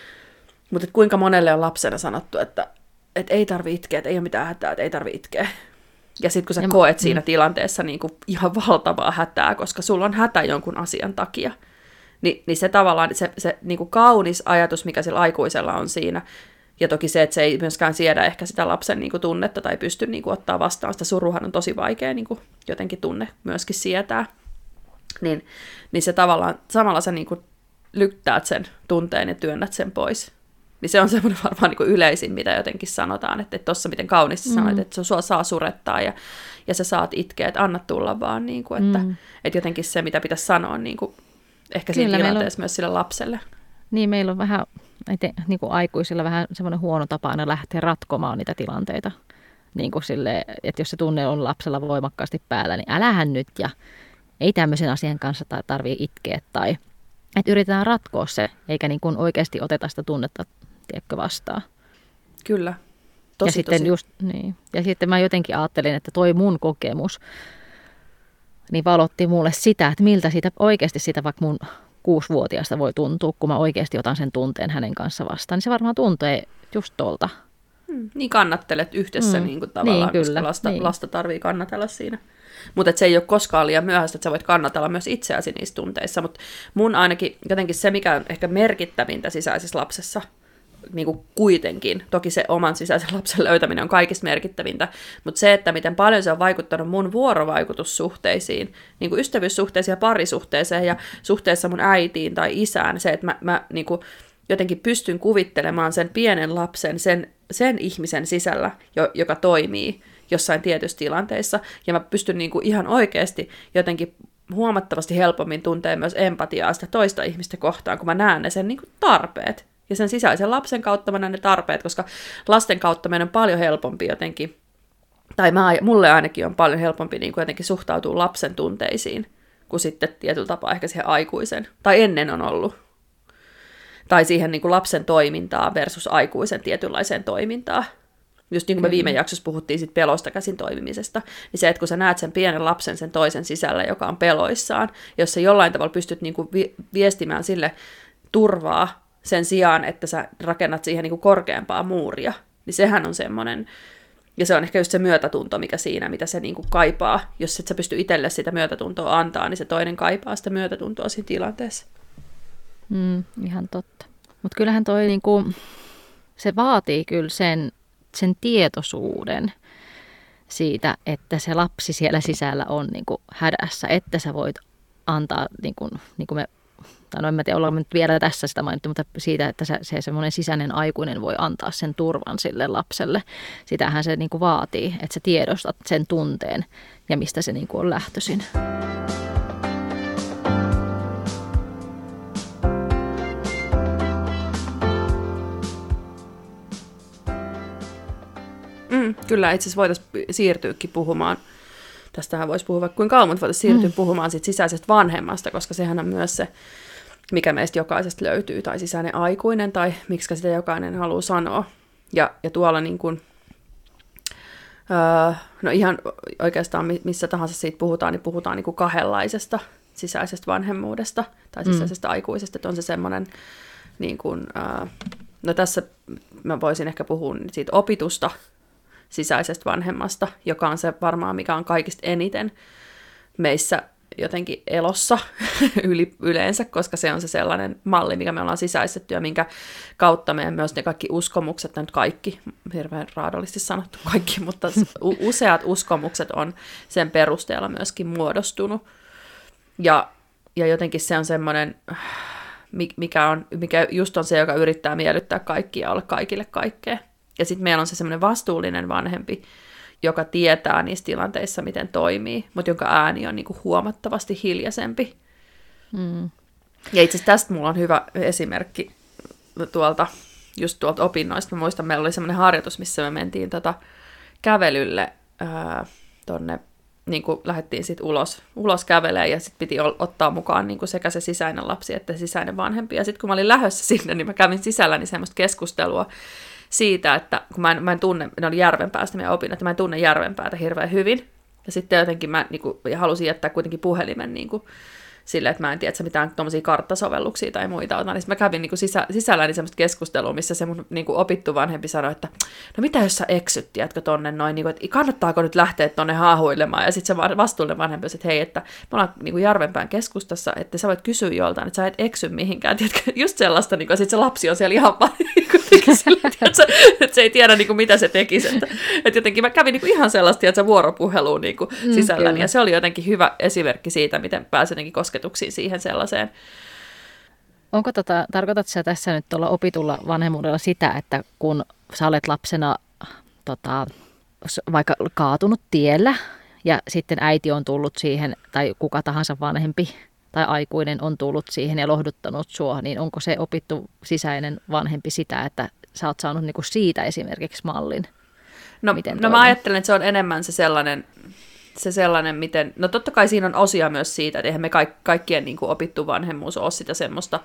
mutta kuinka monelle on lapsena sanottu, että ei tarvi itkeä, että ei ole mitään hätää, että ei tarvi itkeä. Ja sitten kun sä koet siinä tilanteessa niin kuin ihan valtavaa hätää, koska sulla on hätä jonkun asian takia, niin se tavallaan se niin kuin kaunis ajatus, mikä sillä aikuisella on siinä, ja toki se, että se ei myöskään siedä ehkä sitä lapsen niin kuin tunnetta tai pysty niin kuin ottaa vastaan. Sitä suruhan on tosi vaikea niin kuin jotenkin tunne myöskin sietää. Niin se tavallaan, samalla sä niin kuin lyttäät sen tunteen ja työnnät sen pois. Niin se on semmoinen varmaan niin kuin yleisin, mitä jotenkin sanotaan. Että tuossa miten kauniisti sanoit, että sua saa surettaa ja sä saat itkeä, että anna tulla vaan. Niin kuin, että jotenkin se, mitä pitäisi sanoa niin kuin, ehkä siinä tilanteessa myös sille lapselle. Niin, meillä on vähän, niin kuin aikuisilla vähän semmoinen huono tapa aina lähteä ratkomaan niitä tilanteita. Niin kuin sille, että jos se tunne on lapsella voimakkaasti päällä, niin älähän nyt ja ei tämmöisen asian kanssa tarvitse itkeä. Tai että yritetään ratkoa se, eikä niin kuin oikeasti oteta sitä tunnetta, tiedätkö, vastaan. Kyllä. Ja sitten mä jotenkin ajattelin, että toi mun kokemus niin valotti mulle sitä, että miltä siitä oikeasti sitä vaikka mun 6-vuotiaasta voi tuntua, kun mä oikeasti otan sen tunteen hänen kanssa vastaan, niin se varmaan tuntee just tuolta. Niin kannattelet yhdessä niin kuin tavallaan, niin, kyllä, koska lasta tarvii kannatella siinä. Mutta se ei ole koskaan liian myöhäistä, että sä voit kannatella myös itseäsi niissä tunteissa. Mutta mun ainakin jotenkin se, mikä on ehkä merkittävintä sisäisessä lapsessa, niin kuin kuitenkin, toki se oman sisäisen lapsen löytäminen on kaikista merkittävintä, mutta se, että miten paljon se on vaikuttanut mun vuorovaikutussuhteisiin, niin kuin ystävyyssuhteisiin ja parisuhteeseen ja suhteessa mun äitiin tai isään, se, että mä niin kuin jotenkin pystyn kuvittelemaan sen pienen lapsen, sen ihmisen sisällä, joka toimii jossain tietyissä tilanteissa, ja mä pystyn niin kuin ihan oikeasti jotenkin huomattavasti helpommin tuntemaan myös empatiaa sitä toista ihmistä kohtaan, kun mä näen ne sen niin kuin tarpeet. Ja sen sisäisen lapsen kautta mä näen ne tarpeet, koska lasten kautta meidän on paljon helpompi jotenkin, tai mulle ainakin on paljon helpompi niin kuin jotenkin suhtautua lapsen tunteisiin, kuin sitten tietyllä tapaa ehkä siihen aikuisen, tai ennen on ollut. Tai siihen niin kuin lapsen toimintaa versus aikuisen tietynlaiseen toimintaan. Just niin kuin me viime jaksossa puhuttiin sit pelosta käsin toimimisesta, niin se, että kun sä näet sen pienen lapsen sen toisen sisällä, joka on peloissaan, jos sä jollain tavalla pystyt niin kuin viestimään sille turvaa sen sijaan, että sä rakennat siihen niin kuin korkeampaa muuria, niin sehän on semmoinen, ja se on ehkä just se myötätunto, mikä siinä, mitä se niin kuin kaipaa. Jos et sä pysty itselle sitä myötätuntoa antaa, niin se toinen kaipaa sitä myötätuntoa siinä tilanteessa. Ihan totta. Mutta kyllähän toi niinku, se vaatii kyllä sen tietoisuuden siitä, että se lapsi siellä sisällä on niinku hädässä, että sä voit antaa, niin kuin me, tai no en mä tiedä, ollaanko nyt vielä tässä sitä mainittu, mutta siitä, että se semmoinen sisäinen aikuinen voi antaa sen turvan sille lapselle. Sitähän se niinku vaatii, että sä tiedostat sen tunteen ja mistä se niinku on lähtöisin. Kyllä, itse asiassa voitaisiin siirtyäkin puhumaan. Tästähän voisi puhua vaikka kuinka kauan, mutta voitaisiin siirtyä puhumaan siitä sisäisestä vanhemmasta, koska sehän on myös se, mikä meistä jokaisesta löytyy, tai sisäinen aikuinen, tai miksi sitä jokainen haluaa sanoa. Ja tuolla niin kuin, no ihan oikeastaan missä tahansa siitä puhutaan, niin puhutaan niin kuin kahdenlaisesta sisäisestä vanhemmuudesta, tai sisäisestä aikuisesta, että on se semmoinen, niin kuin, no tässä mä voisin ehkä puhua siitä opitusta, sisäisestä vanhemmasta, joka on se varmaan, mikä on kaikista eniten meissä jotenkin elossa yleensä, koska se on se sellainen malli, mikä me ollaan sisäistetty ja minkä kautta meidän myös ne kaikki uskomukset, nyt kaikki, hirveän raadollisesti sanottu kaikki, mutta useat uskomukset on sen perusteella myöskin muodostunut. Ja jotenkin se on semmoinen, mikä just on se, joka yrittää miellyttää kaikkia ja olla kaikille kaikkea. Ja sitten meillä on se semmoinen vastuullinen vanhempi, joka tietää niissä tilanteissa, miten toimii, mutta jonka ääni on niinku huomattavasti hiljaisempi. Ja itse asiassa tästä mulla on hyvä esimerkki just tuolta opinnoista. Mä muistan, meillä oli semmoinen harjoitus, missä me mentiin kävelylle tonne, niin kuin lähdettiin sitten ulos kävelemään, ja sitten piti ottaa mukaan niin kuin sekä se sisäinen lapsi että se sisäinen vanhempi. Ja sitten kun mä olin lähdössä sinne, niin mä kävin sisälläni semmoista keskustelua siitä, että kun mä en tunne, ne oli Järvenpäästä meidän opinnot, että mä en tunne Järvenpäätä hirveän hyvin. Ja sitten jotenkin mä halusin jättää kuitenkin puhelimen silleen, että mä en tiedä, että mitään tuommoisia karttasovelluksia tai muita on. Niin mä kävin sisälläni semmoista keskustelua, missä se mun opittu vanhempi sanoi, että no mitä jos sä eksyt, tiedätkö, tonne noin, että kannattaako nyt lähteä tonne haahuilemaan. Ja sitten se vastuullinen vanhempi että hei, että me ollaan Järvenpään keskustassa, että sä voit kysyä joltain, että sä et eksy mihinkään. Tiedätkö, just sellaista, ja sitten se lapsi on siellä ihan että se ei tiedä, mitä se tekisi. Että jotenkin mä kävin ihan sellaista, että se vuoropuheluun sisälläni. Ja se oli jotenkin hyvä esimerkki siitä, miten pääsi jotenkin kosketuksiin siihen sellaiseen. Onko tarkoitatko sä tässä nyt tuolla opitulla vanhemmuudella sitä, että kun sä olet lapsena vaikka kaatunut tiellä ja sitten äiti on tullut siihen tai kuka tahansa vanhempi tai aikuinen on tullut siihen ja lohduttanut sua, niin onko se opittu sisäinen vanhempi sitä, että sä oot saanut niinku siitä esimerkiksi mallin? No mä ajattelen, että se on enemmän se sellainen, miten, no totta kai siinä on osia myös siitä, että eihän me kaikkien opittu vanhemmuus ole sitä semmoista,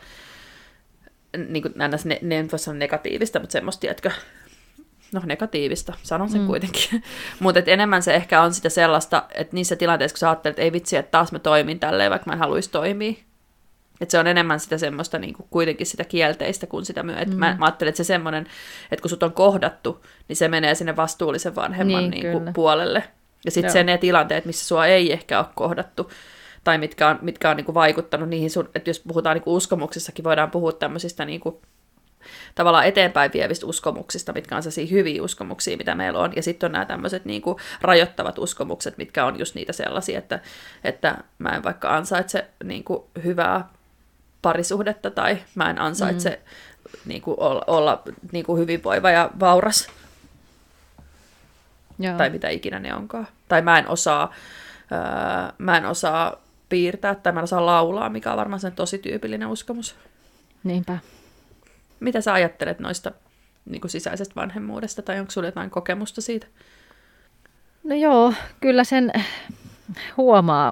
ne en voi sanoa negatiivista, mutta semmoista, tiedätkö, no negatiivista, sanon sen kuitenkin, mutta enemmän se ehkä on sitä sellaista, että niissä tilanteissa, kun sä ajattelet, että ei vitsi, että taas mä toimin tälleen, vaikka mä en haluaisi toimia, että se on enemmän sitä semmoista kuitenkin sitä kielteistä kuin sitä myötä. Mä ajattelen, että se semmoinen, että kun sut on kohdattu, niin se menee sinne vastuullisen vanhemman puolelle. Ja sitten ne tilanteet, missä sua ei ehkä ole kohdattu, tai mitkä on vaikuttanut niihin että jos puhutaan uskomuksissakin, voidaan puhua tämmöisistä tavallaan eteenpäin vievistä uskomuksista, mitkä on sellaisia hyviä uskomuksia, mitä meillä on. Ja sitten on nämä tämmöiset rajoittavat uskomukset, mitkä on just niitä sellaisia, että mä en vaikka ansaitse hyvää parisuhdetta, tai mä en ansaitse olla hyvinvoiva ja vauras. Joo. Tai mitä ikinä ne onkaan. Tai mä en osaa piirtää, tai mä en osaa laulaa, mikä on varmaan sen tosi tyypillinen uskomus. Niinpä. Mitä sä ajattelet noista sisäisestä vanhemmuudesta, tai onko sulla jotain kokemusta siitä? No joo, kyllä sen huomaa.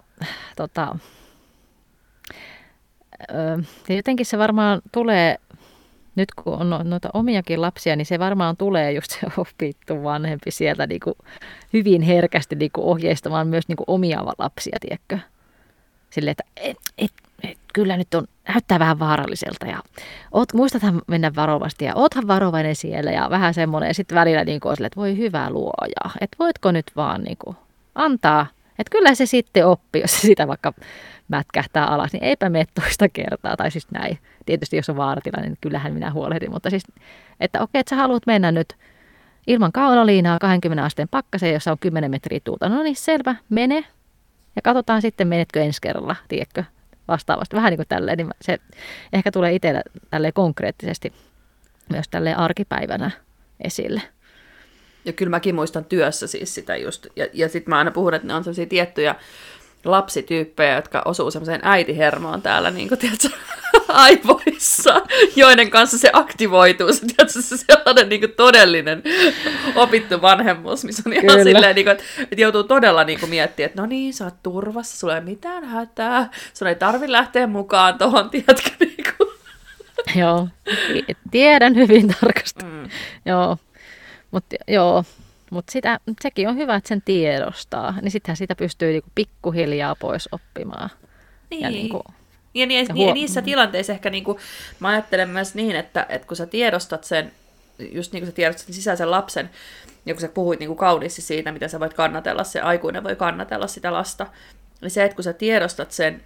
Jotenkin se varmaan tulee, nyt kun on noita omiakin lapsia, niin se varmaan tulee just se opittu vanhempi sieltä hyvin herkästi ohjeistamaan myös omia lapsia, tiedätkö? Silleen, että kyllä nyt näyttää vähän vaaralliselta ja muistathan mennä varovasti ja oothan varovainen siellä ja vähän semmoinen. Ja sitten välillä on silleen, että voi hyvä luoja, että voitko nyt vaan antaa, että kyllä se sitten oppii, jos se sitä vaikka mätkähtää alas, niin eipä mene toista kertaa. Tai siis näin. Tietysti jos on vaaratilanne, niin kyllähän minä huolehdin. Mutta siis, että okei, että sä haluat mennä nyt ilman kaulaliinaa 20 asteen pakkaseen, jossa on 10 metriä tuulta. No niin, selvä, mene. Ja katsotaan sitten, menetkö ensi kerralla, tiedätkö, vastaavasti. Vähän niin kuin tälleen, niin se ehkä tulee itsellä tälleen konkreettisesti myös tälleen arkipäivänä esille. Ja kyllä mäkin muistan työssä siis sitä just. Ja sitten mä aina puhun, että ne on sellaisia tiettyjä lapsityyppejä, jotka osuu semmoiseen äitihermoon täällä, niin kuin, tiedätkö, aivoissa, joiden kanssa se aktivoituu. Se, tiedätkö, se sellainen niin kuin todellinen opittu vanhemmuus, missä on ihan silleen, niin kuin, että joutuu todella niin kuin miettimään, että no niin, sä oot turvassa, sulla ei mitään hätää, sun ei tarvitse lähteä mukaan tuohon, tiedätkö, niin kuin. Joo, tiedän hyvin tarkasti. Joo, mutta sekin on hyvä, että sen tiedostaa, niin sittenhän sitä pystyy niinku pikkuhiljaa pois oppimaan. Niin. Ja niissä tilanteissa ehkä niinku, mä ajattelen myös niin, että kun sä tiedostat sen, just niin kuin sä tiedostat sen sisäisen lapsen, ja kun sä puhuit niinku kauniisti siitä, miten sä voit kannatella, se aikuinen voi kannatella sitä lasta, niin se, että kun sä tiedostat sen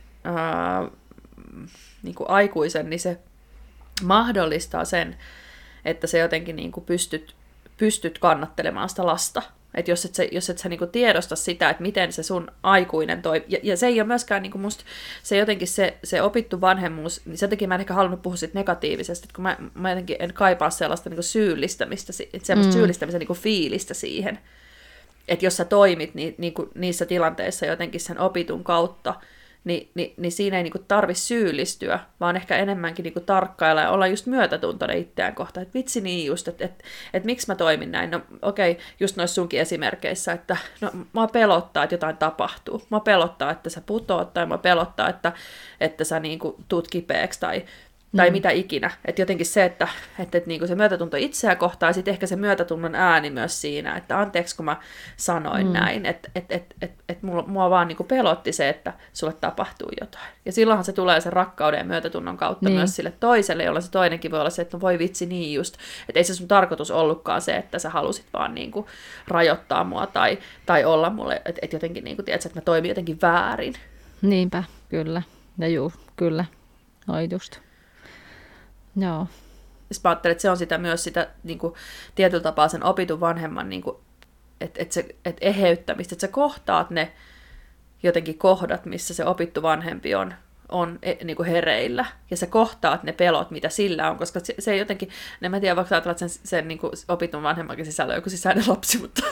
niinku aikuisen, niin se mahdollistaa sen, että sä jotenkin niinku pystyt kannattelemaan sitä lasta. Että jos et sä niinku tiedosta sitä, että miten se sun aikuinen toimii. Ja se ei ole myöskään niinku musta, se jotenkin se opittu vanhemmuus, niin sen takia mä en ehkä halunnut puhua siitä negatiivisesti, että kun mä jotenkin en kaipaa sellaista niinku syyllistämistä, semmoista syyllistämisen niinku fiilistä siihen. Että jos sä toimit niinku niissä tilanteissa jotenkin sen opitun kautta, niin siinä ei niinku tarvitse syyllistyä, vaan ehkä enemmänkin niinku tarkkailla ja olla just myötätuntoinen itseään kohtaan. Että vitsi niin just, että miksi mä toimin näin. No okei, just noissa sunkin esimerkkeissä, että no, mua pelottaa, että jotain tapahtuu. Mua pelottaa, että sä putoat, tai mua pelottaa, että sä niinku tuut kipeäksi, tai mitä ikinä. Että jotenkin se, että niinku se myötätunto itseä kohtaan, ja sitten ehkä se myötätunnon ääni myös siinä, että anteeksi kun mä sanoin näin, että mua vaan niinku pelotti se, että sulle tapahtuu jotain. Ja silloinhan se tulee sen rakkauden ja myötätunnon kautta myös sille toiselle, jolla se toinenkin voi olla se, että no voi vitsi niin just, että ei se sun tarkoitus ollutkaan se, että sä halusit vaan niinku rajoittaa mua tai olla mulle, että jotenkin niinku, tiedätkö, että mä toimin jotenkin väärin. Niinpä, kyllä. Ja kyllä. Oi just. Joo. Mä ajattelen, että se on sitä myös sitä niin kuin, tietyllä tapaa sen opitun vanhemman niin kuin, eheyttämistä, että sä kohtaat ne jotenkin kohdat, missä se opittu vanhempi on niin kuin hereillä, ja sä kohtaat ne pelot, mitä sillä on, koska se jotenkin, en mä tiedä, vaikka ajatellaan, että sen niin kuin opitun vanhemmankin sisällä on joku sisäinen lapsi, mutta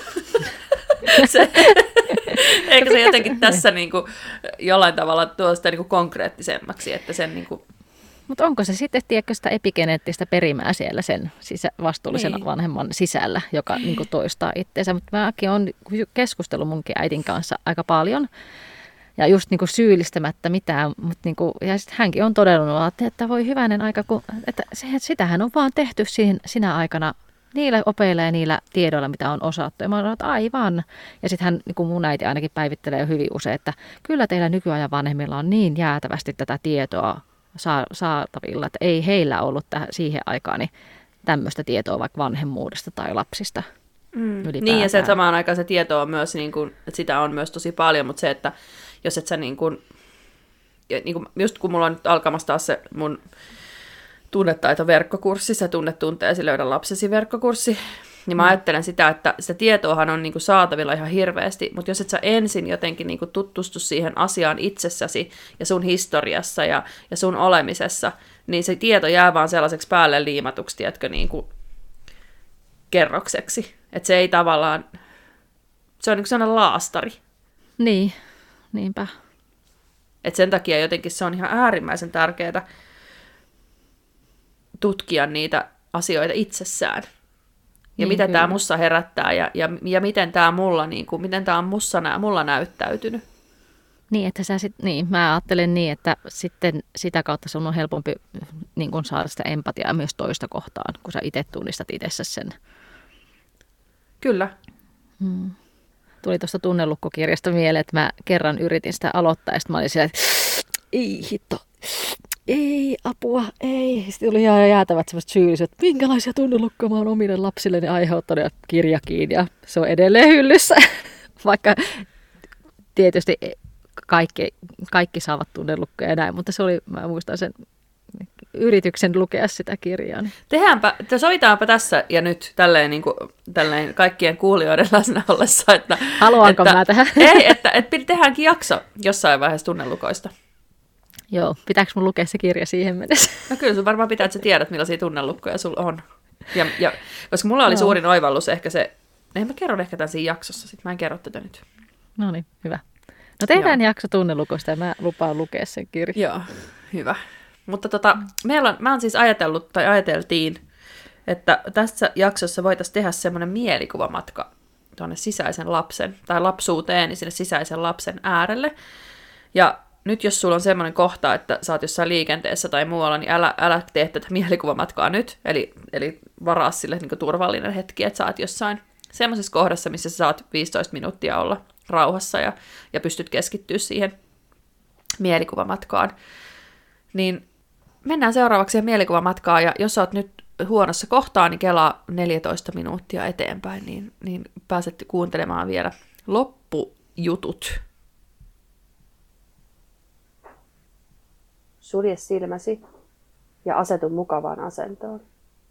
eikö se jotenkin tässä niin kuin, jollain tavalla tuo sitä niin kuin konkreettisemmaksi, että sen niin kuin. Mutta onko se sitten, tiedätkö, sitä epigeneettistä perimää siellä sen vastuullisen vanhemman sisällä, joka niinku toistaa itseensä. Mutta mäkin olen keskustellut munkin äitin kanssa aika paljon. Ja just niinku syyllistämättä mitään. Ja sitten hänkin on todennut, että voi hyvänen aika, että sitähän on vaan tehty sinä aikana niillä opeilla ja niillä tiedoilla, mitä on osattu. Ja mä olen, että aivan. Ja sitten hän, niin mun äiti ainakin päivittelee hyvin usein, että kyllä teillä nykyajan vanhemmilla on niin jäätävästi tätä tietoa saatavilla, että ei heillä ollut siihen aikaan niin tämmöistä tietoa vaikka vanhemmuudesta tai lapsista ylipäätään. Niin, ja se samaan aikaan se tieto on myös, niin kuin, että sitä on myös tosi paljon, mutta se, että jos et sä niin kuin, just kun mulla on nyt alkamassa taas se mun tunnetaito-verkkokurssi, se tunne tunteesi löydä lapsesi verkkokurssi, niin mä ajattelen sitä, että sitä tietoahan on niinku saatavilla ihan hirveästi, mutta jos et sä ensin jotenkin niinku tutustu siihen asiaan itsessäsi ja sun historiassa ja sun olemisessa, niin se tieto jää vaan sellaiseksi päälle liimatuksi, tiedätkö, niinku kerrokseksi. Että se ei tavallaan, se on niinku sellainen laastari. Niin, niinpä. Että sen takia jotenkin se on ihan äärimmäisen tärkeää tutkia niitä asioita itsessään. Ja niin, miten tämä mussa herättää ja miten tämä mulla, niin kuin, miten tämä on mulla näyttäytynyt. Niin, että mä ajattelen niin, että sitten sitä kautta sun on helpompi niin kuin saada sitä empatiaa myös toista kohtaan, kun sä itse tunnistat itsessä sen. Kyllä. Tuli tuosta tunnelukkokirjasta mieleen, että mä kerran yritin sitä aloittaa, ja sitten mä olin siellä, että ei hitto, ei apua, ei. Sitten tuli jäätävät sellaiset syylliset, että minkälaisia tunnelukkoja mä oon omille lapsilleni aiheuttanut, ja kirja kiinni, ja se on edelleen hyllyssä. Vaikka tietysti kaikki saavat tunnelukkoja ja näin, mutta mä muistan sen yrityksen lukea sitä kirjaa. Sovitaanpa tässä ja nyt tälleen kaikkien kuulijoiden läsnä ollessa, että... Haluanko mä tähän? Ei, että tehdäänkin jakso jossain vaiheessa tunnelukoista. Joo, pitääkö mun lukea se kirja siihen mennessä? No kyllä sun varmaan pitää, että sä tiedät, millaisia tunnelukkoja sulla on. Koska mulla oli suurin oivallus ehkä se... Mä kerron ehkä tämän siinä jaksossa, sit mä en kerro tätä nyt. No niin, hyvä. No tehdään jakso tunnelukoista ja mä lupaan lukea sen kirjan. Joo, hyvä. Mutta mä oon siis ajateltiin, että tässä jaksossa voitaisiin tehdä semmoinen mielikuvamatka tuonne sisäisen lapsen, tai lapsuuteen, niin sinne sisäisen lapsen äärelle. Ja nyt jos sulla on semmoinen kohta, että sä oot jossain liikenteessä tai muualla, niin älä tee tätä mielikuvamatkaa nyt. Eli varaa sille niin kuin turvallinen hetki, että sä oot jossain semmoisessa kohdassa, missä sä saat 15 minuuttia olla rauhassa ja pystyt keskittyä siihen mielikuvamatkaan. Niin mennään seuraavaksi siihen mielikuvamatkaan, ja jos sä oot nyt huonossa kohtaa, niin kelaa 14 minuuttia eteenpäin, niin pääsette kuuntelemaan vielä loppujutut. Sulje silmäsi ja asetu mukavaan asentoon.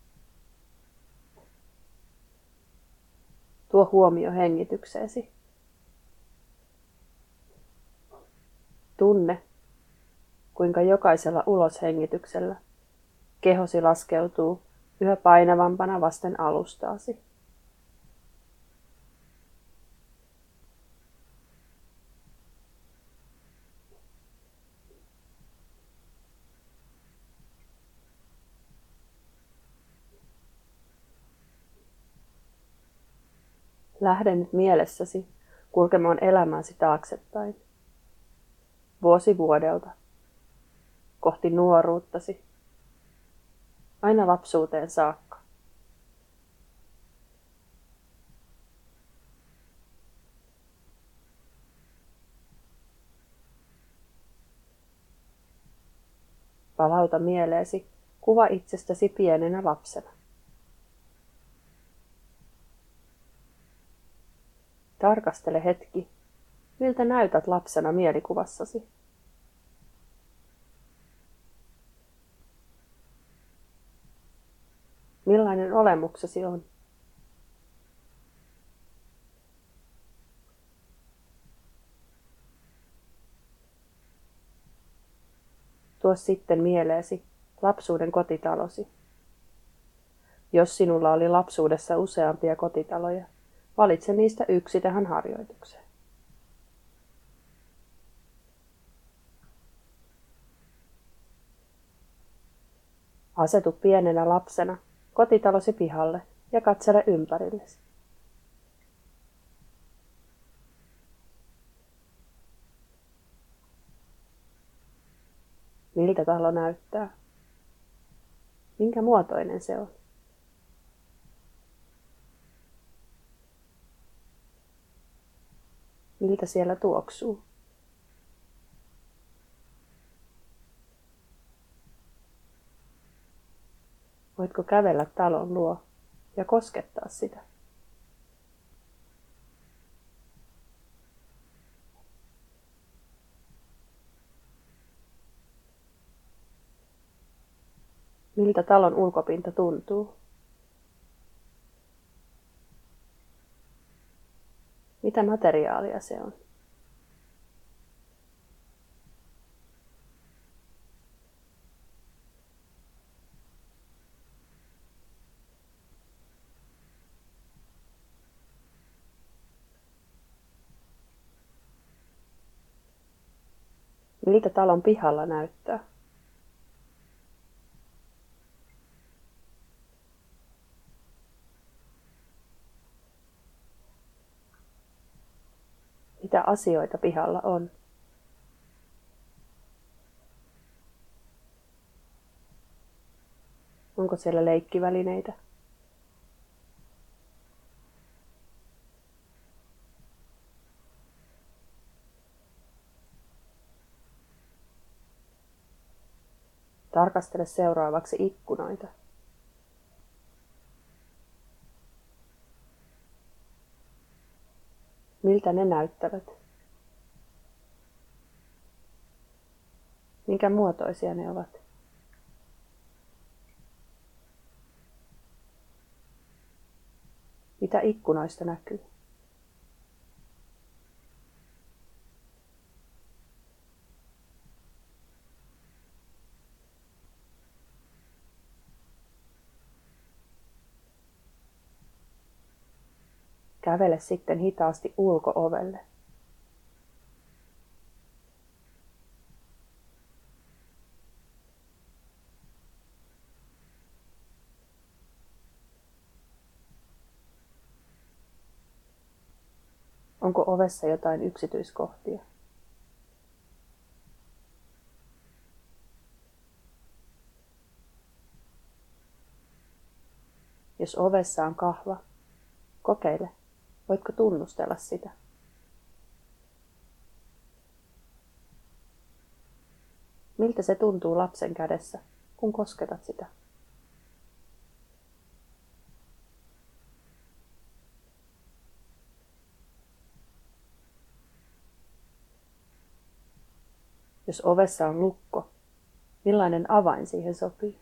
Tuo huomio hengitykseesi. Tunne, kuinka jokaisella uloshengityksellä kehosi laskeutuu yhä painavampana vasten alustaasi. Lähde nyt mielessäsi kulkemaan elämääsi taaksepäin. Vuosi vuodelta. Kohti nuoruuttasi. Aina lapsuuteen saakka. Palauta mieleesi kuva itsestäsi pienenä lapsena. Tarkastele hetki, miltä näytät lapsena mielikuvassasi. Millainen olemuksesi on? Tuo sitten mieleesi lapsuuden kotitalosi. Jos sinulla oli lapsuudessa useampia kotitaloja, valitse niistä yksi tähän harjoitukseen. Asetu pienenä lapsena kotitalosi pihalle ja katsele ympärillesi. Miltä talo näyttää? Minkä muotoinen se on? Miltä siellä tuoksuu? Voitko kävellä talon luo ja koskettaa sitä? Miltä talon ulkopinta tuntuu? Mitä materiaalia se on? Miltä talon pihalla näyttää? Mitä asioita pihalla on? Onko siellä leikkivälineitä? Tarkastele seuraavaksi ikkunoita. Miltä ne näyttävät? Minkä muotoisia ne ovat? Mitä ikkunoista näkyy? Kävele sitten hitaasti ulko-ovelle. Onko ovessa jotain yksityiskohtia? Jos ovessa on kahva, kokeile. Voitko tunnustella sitä? Miltä se tuntuu lapsen kädessä, kun kosketat sitä? Jos ovessa on lukko, millainen avain siihen sopii?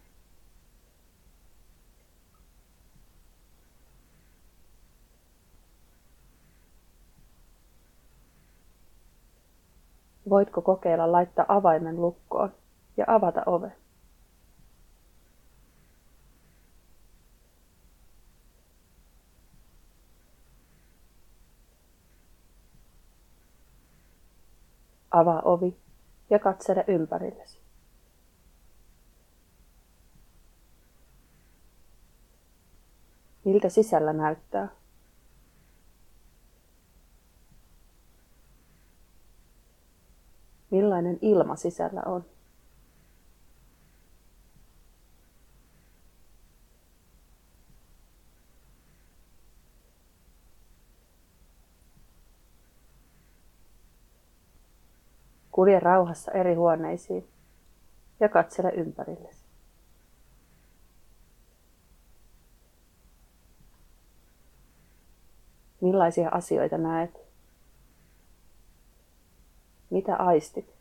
Voitko kokeilla laittaa avaimen lukkoon ja avata oven? Avaa ovi ja katsele ympärillesi. Miltä sisällä näyttää? Millainen ilma sisällä on? Kulje rauhassa eri huoneisiin ja katsele ympärillesi. Millaisia asioita näet? Mitä aistit?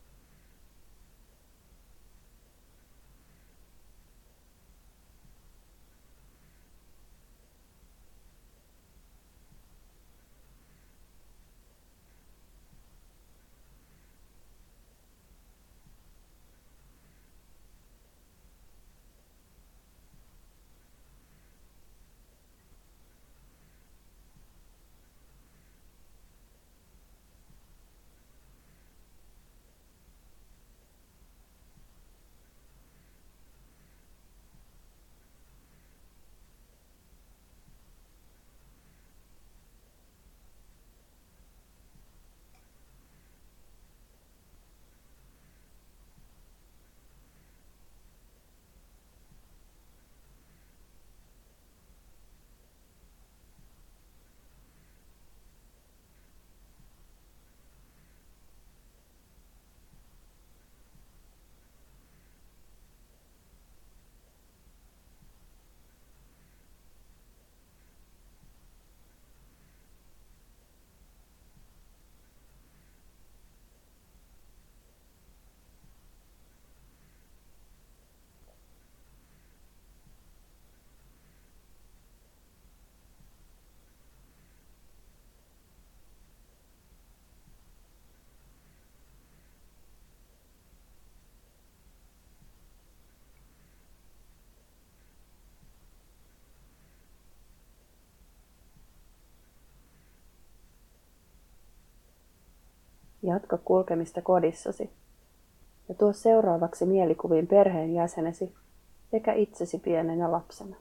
Jatka kulkemista kodissasi ja tuo seuraavaksi mielikuviin perheenjäsenesi sekä itsesi pienenä lapsena.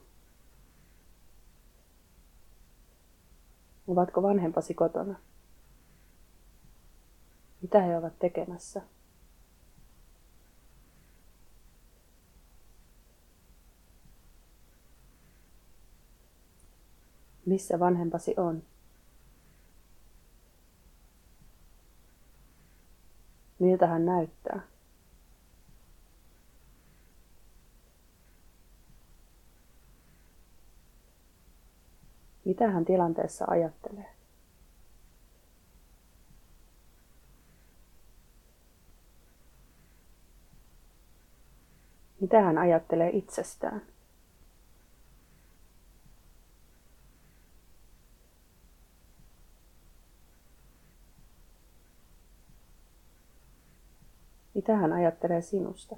Ovatko vanhempasi kotona? Mitä he ovat tekemässä? Missä vanhempasi on? Miltä hän näyttää? Mitä hän tilanteessa ajattelee? Mitä hän ajattelee itsestään? Mitä hän ajattelee sinusta?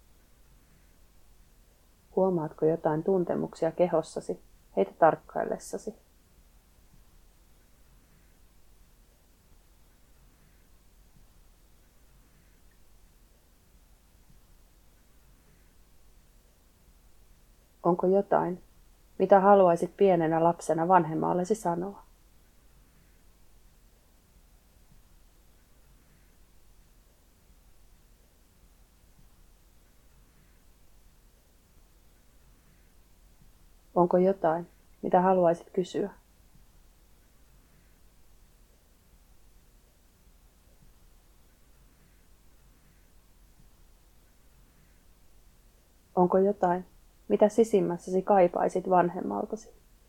Huomaatko jotain tuntemuksia kehossasi, heitä tarkkaillessasi? Onko jotain, mitä haluaisit pienenä lapsena vanhemmallesi sanoa? Onko jotain, mitä haluaisit kysyä? Onko jotain, mitä sisimmässäsi kaipaisit vanhemmaltasi?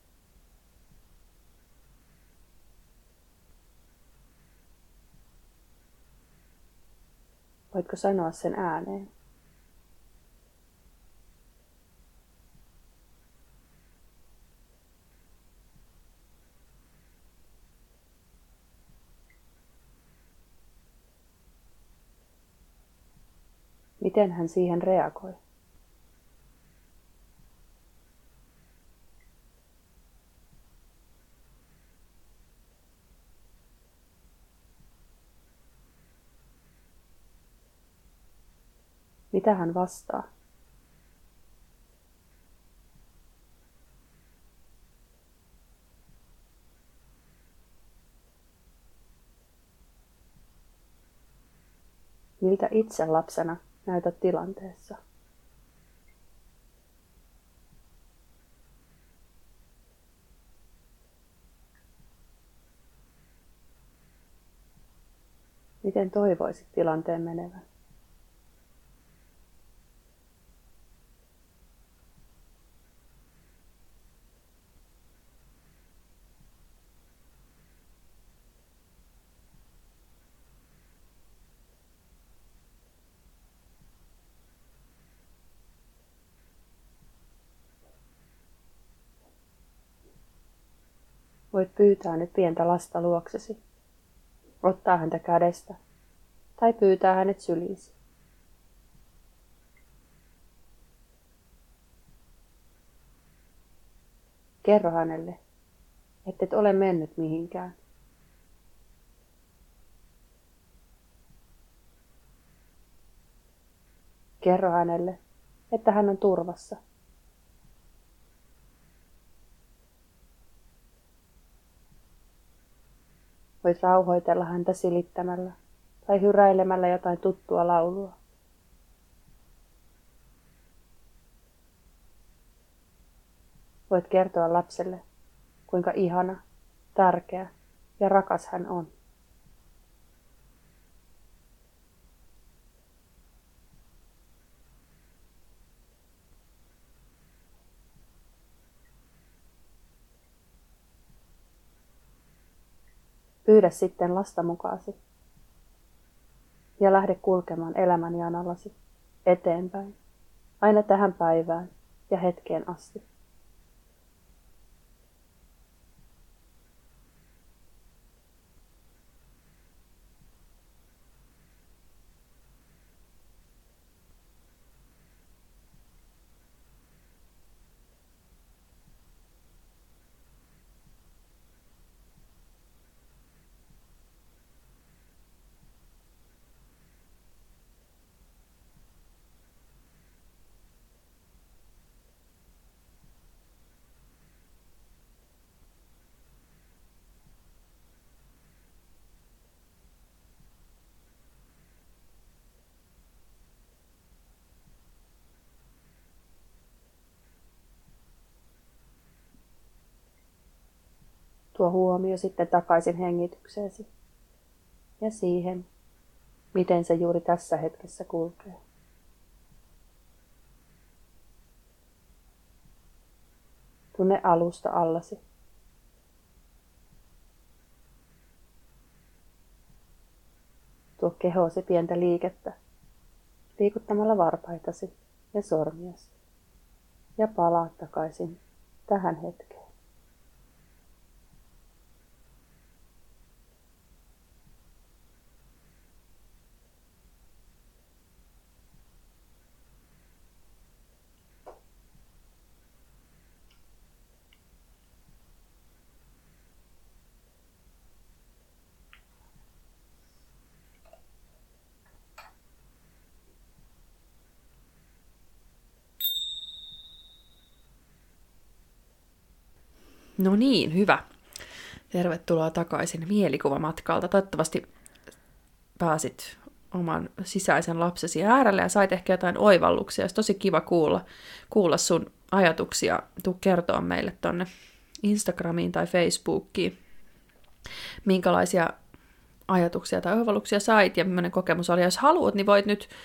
Voitko sanoa sen ääneen? Miten hän siihen reagoi? Mitä hän vastaa? Miltä itse lapsena näytät tilanteessa? Miten toivoisit tilanteen menevän? Voit pyytää nyt pientä lasta luoksesi, ottaa häntä kädestä tai pyytää hänet syliisi. Kerro hänelle, ettet ole mennyt mihinkään. Kerro hänelle, että hän on turvassa. Voit rauhoitella häntä silittämällä tai hyräilemällä jotain tuttua laulua. Voit kertoa lapselle, kuinka ihana, tärkeä ja rakas hän on. Pyydä sitten lasta mukaasi ja lähde kulkemaan elämän janallasi eteenpäin, aina tähän päivään ja hetkeen asti. Tuo huomio sitten takaisin hengitykseesi ja siihen, miten se juuri tässä hetkessä kulkee. Tunne alusta allasi. Tuo kehosi pientä liikettä, liikuttamalla varpaitasi ja sormiasi. Ja palaa takaisin tähän hetkeen. No niin, hyvä. Tervetuloa takaisin mielikuvamatkalta. Toivottavasti pääsit oman sisäisen lapsesi äärelle ja sait ehkä jotain oivalluksia. Olisi tosi kiva kuulla sun ajatuksia. Tuu kertoa meille tonne Instagramiin tai Facebookiin, minkälaisia ajatuksia tai oivalluksia sait ja millainen kokemus oli. Jos haluat, niin voit nyt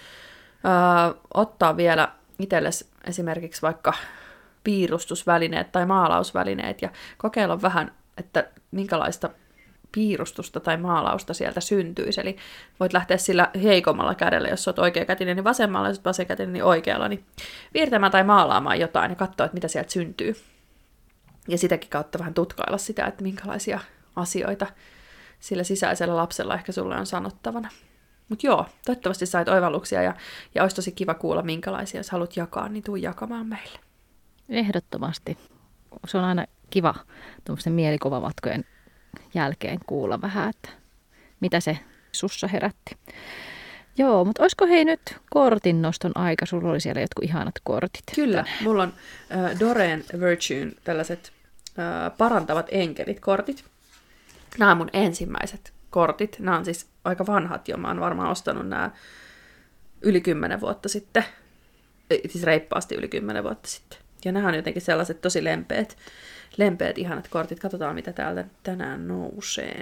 ottaa vielä itsellesi esimerkiksi vaikka piirustusvälineet tai maalausvälineet ja kokeilla vähän, että minkälaista piirustusta tai maalausta sieltä syntyisi. Eli voit lähteä sillä heikommalla kädellä, jos olet oikeakätinen, niin vasemmalla, ja jos vasenkätinen, niin oikealla, niin viirtämään tai maalaamaan jotain ja katsoa, että mitä sieltä syntyy. Ja sitäkin kautta vähän tutkailla sitä, että minkälaisia asioita sillä sisäisellä lapsella ehkä sulle on sanottavana. Mutta joo, toivottavasti sait oivalluksia ja olisi tosi kiva kuulla, minkälaisia. Jos haluat jakaa, niin tuu jakamaan meille. Ehdottomasti. Se on aina kiva tuommoisten mielikuvamatkojen jälkeen kuulla vähän, että mitä se sussa herätti. Joo, mutta olisiko hei nyt kortin noston aika? Sulla oli siellä jotkut ihanat kortit. Kyllä, mulla on Doreen Virtuen tällaiset parantavat enkelit-kortit. Nämä on mun ensimmäiset kortit. Nämä on siis aika vanhat jo. Mä oon varmaan ostanut nämä yli 10 vuotta sitten. Siis reippaasti yli 10 vuotta sitten. Ja nämä on jotenkin sellaiset tosi lempeät ihanat kortit. Katsotaan, mitä täältä tänään nousee.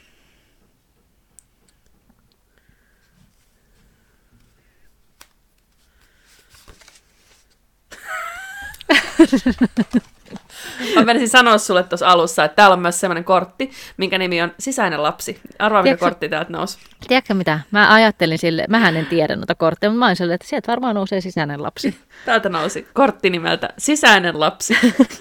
Mä menisin sanoa sulle tuossa alussa, että täällä on myös semmoinen kortti, minkä nimi on Sisäinen lapsi. Arvaa, mikä kortti täältä nousi. Tiedätkö mitä? Mä ajattelin sille, mähän en tiedä noita kortteja, mutta mä olin että sieltä varmaan nousee Sisäinen lapsi. Täältä nousi kortti nimeltä Sisäinen lapsi.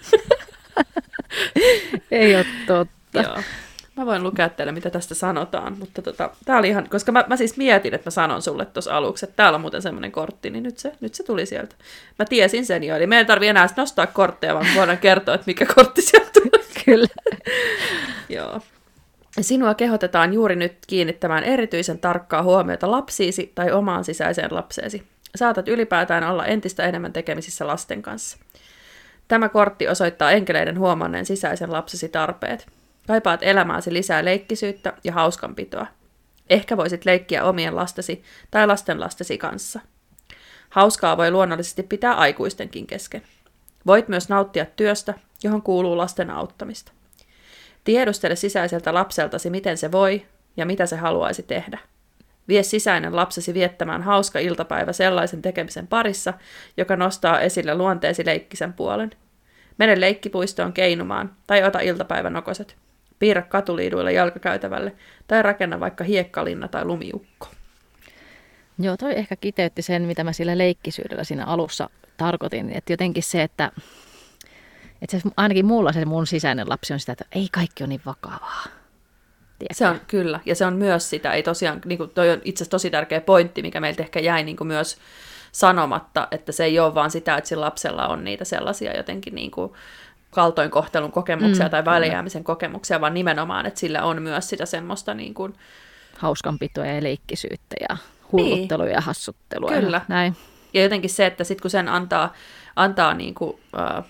Ei ole totta. Joo. Mä voin lukea teille, mitä tästä sanotaan, mutta tää oli ihan, koska mä siis mietin, että mä sanon sulle tuossa aluksi, että täällä on muuten semmoinen kortti, niin nyt se tuli sieltä. Mä tiesin sen jo, eli me ei tarvitse enää nostaa kortteja, vaan voidaan kertoa, että mikä kortti sieltä tuli. Kyllä. Joo. Sinua kehotetaan juuri nyt kiinnittämään erityisen tarkkaa huomiota lapsiisi tai omaan sisäiseen lapseesi. Saatat ylipäätään olla entistä enemmän tekemisissä lasten kanssa. Tämä kortti osoittaa enkeleiden huomanneen sisäisen lapsesi tarpeet. Kaipaat elämääsi lisää leikkisyyttä ja hauskanpitoa. Ehkä voisit leikkiä omien lastesi tai lastenlastesi kanssa. Hauskaa voi luonnollisesti pitää aikuistenkin kesken. Voit myös nauttia työstä, johon kuuluu lasten auttamista. Tiedustele sisäiseltä lapseltasi, miten se voi ja mitä se haluaisi tehdä. Vie sisäinen lapsesi viettämään hauska iltapäivä sellaisen tekemisen parissa, joka nostaa esille luonteesi leikkisen puolen. Mene leikkipuistoon keinumaan tai ota iltapäivän okoset. Piirrä katuliiduille jalkakäytävälle tai rakenna vaikka hiekkalinna tai lumiukko. Joo, toi ehkä kiteytti sen, mitä mä sillä leikkisyydellä siinä alussa tarkoitin. Että jotenkin se, että se, ainakin mulla se mun sisäinen lapsi on sitä, että ei kaikki ole niin vakavaa. Tiedätkö? Se on kyllä, ja se on myös sitä, ei tosiaan, niin kuin toi on itse asiassa tosi tärkeä pointti, mikä meiltä ehkä jäi niin kuin myös sanomatta, että se ei ole vaan sitä, että sillä lapsella on niitä sellaisia jotenkin niin kuin kaltoinkohtelun kokemuksia tai väliäämisen kokemuksia, vaan nimenomaan, että sillä on myös sitä semmoista niin kuin hauskanpitoa ja leikkisyyttä ja hulluttelua ja hassuttelua. Kyllä. Näin. Ja jotenkin se, että sitten kun sen antaa niin kuin,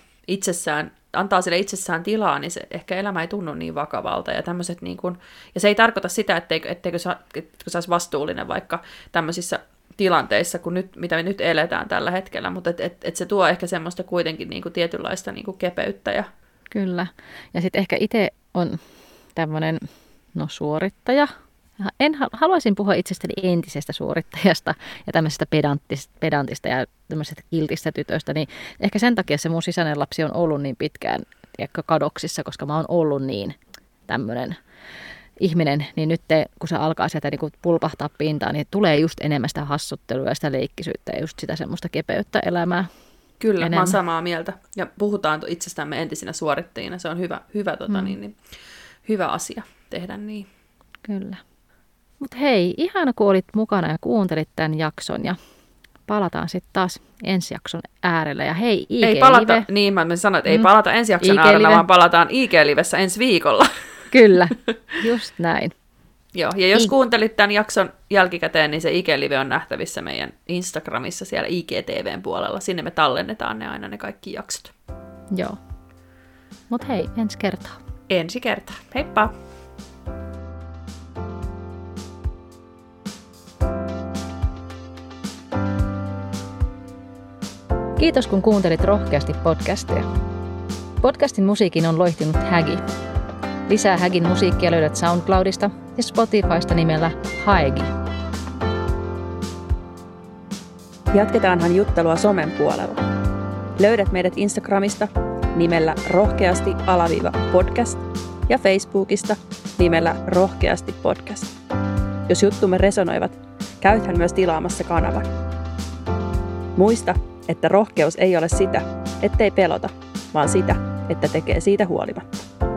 antaa sille itsessään tilaa, niin se ehkä elämä ei tunnu niin vakavalta. Ja, niin kuin, ja se ei tarkoita sitä, etteikö sä olisi vastuullinen vaikka tämmöisissä tilanteissa, mitä me nyt eletään tällä hetkellä, mutta et se tuo ehkä semmoista kuitenkin niin kuin tietynlaista niin kuin kepeyttä. Ja kyllä. Ja sitten ehkä itse on tämmöinen suorittaja. Haluaisin puhua itsestäni entisestä suorittajasta ja tämmöisestä pedantista ja tämmöisestä kiltistä tytöstä, niin ehkä sen takia se mun sisäinen lapsi on ollut niin pitkään kadoksissa, koska mä oon ollut niin tämmöinen ihminen, niin nyt kun se alkaa sieltä niin kuin pulpahtaa pintaan, niin tulee just enemmän sitä hassuttelua ja sitä leikkisyyttä ja just sitä semmoista kepeyttä elämää. Kyllä, enemmän. Mä oon samaa mieltä. Ja puhutaan itsestämme entisinä suorittajina. Se on hyvä asia tehdä niin. Kyllä. Mutta hei, ihana kun olit mukana ja kuuntelit tämän jakson ja palataan sitten taas ensi jakson äärellä. Ja hei, IG-live. Ei palata, niin mä sanoin, että ei palata ensi jakson äärellä, vaan palataan IG-livessä ensi viikolla. Kyllä, just näin. Joo, ja jos kuuntelit tämän jakson jälkikäteen, niin se IG-live on nähtävissä meidän Instagramissa siellä IGTVn puolella. Sinne me tallennetaan ne aina ne kaikki jaksot. Joo. Mut hei, ensi kertaa. Ensi kertaa. Heippa! Kiitos kun kuuntelit rohkeasti podcastia. Podcastin musiikin on loihtinut Hägi. Lisää Hägin musiikkia löydät SoundCloudista ja Spotifysta nimellä Haegi. Jatketaanhan juttelua somen puolella. Löydät meidät Instagramista nimellä rohkeasti_podcast ja Facebookista nimellä rohkeasti podcast. Jos juttumme resonoivat, käythän myös tilaamassa kanavan. Muista, että rohkeus ei ole sitä, ettei pelota, vaan sitä, että tekee siitä huolimatta.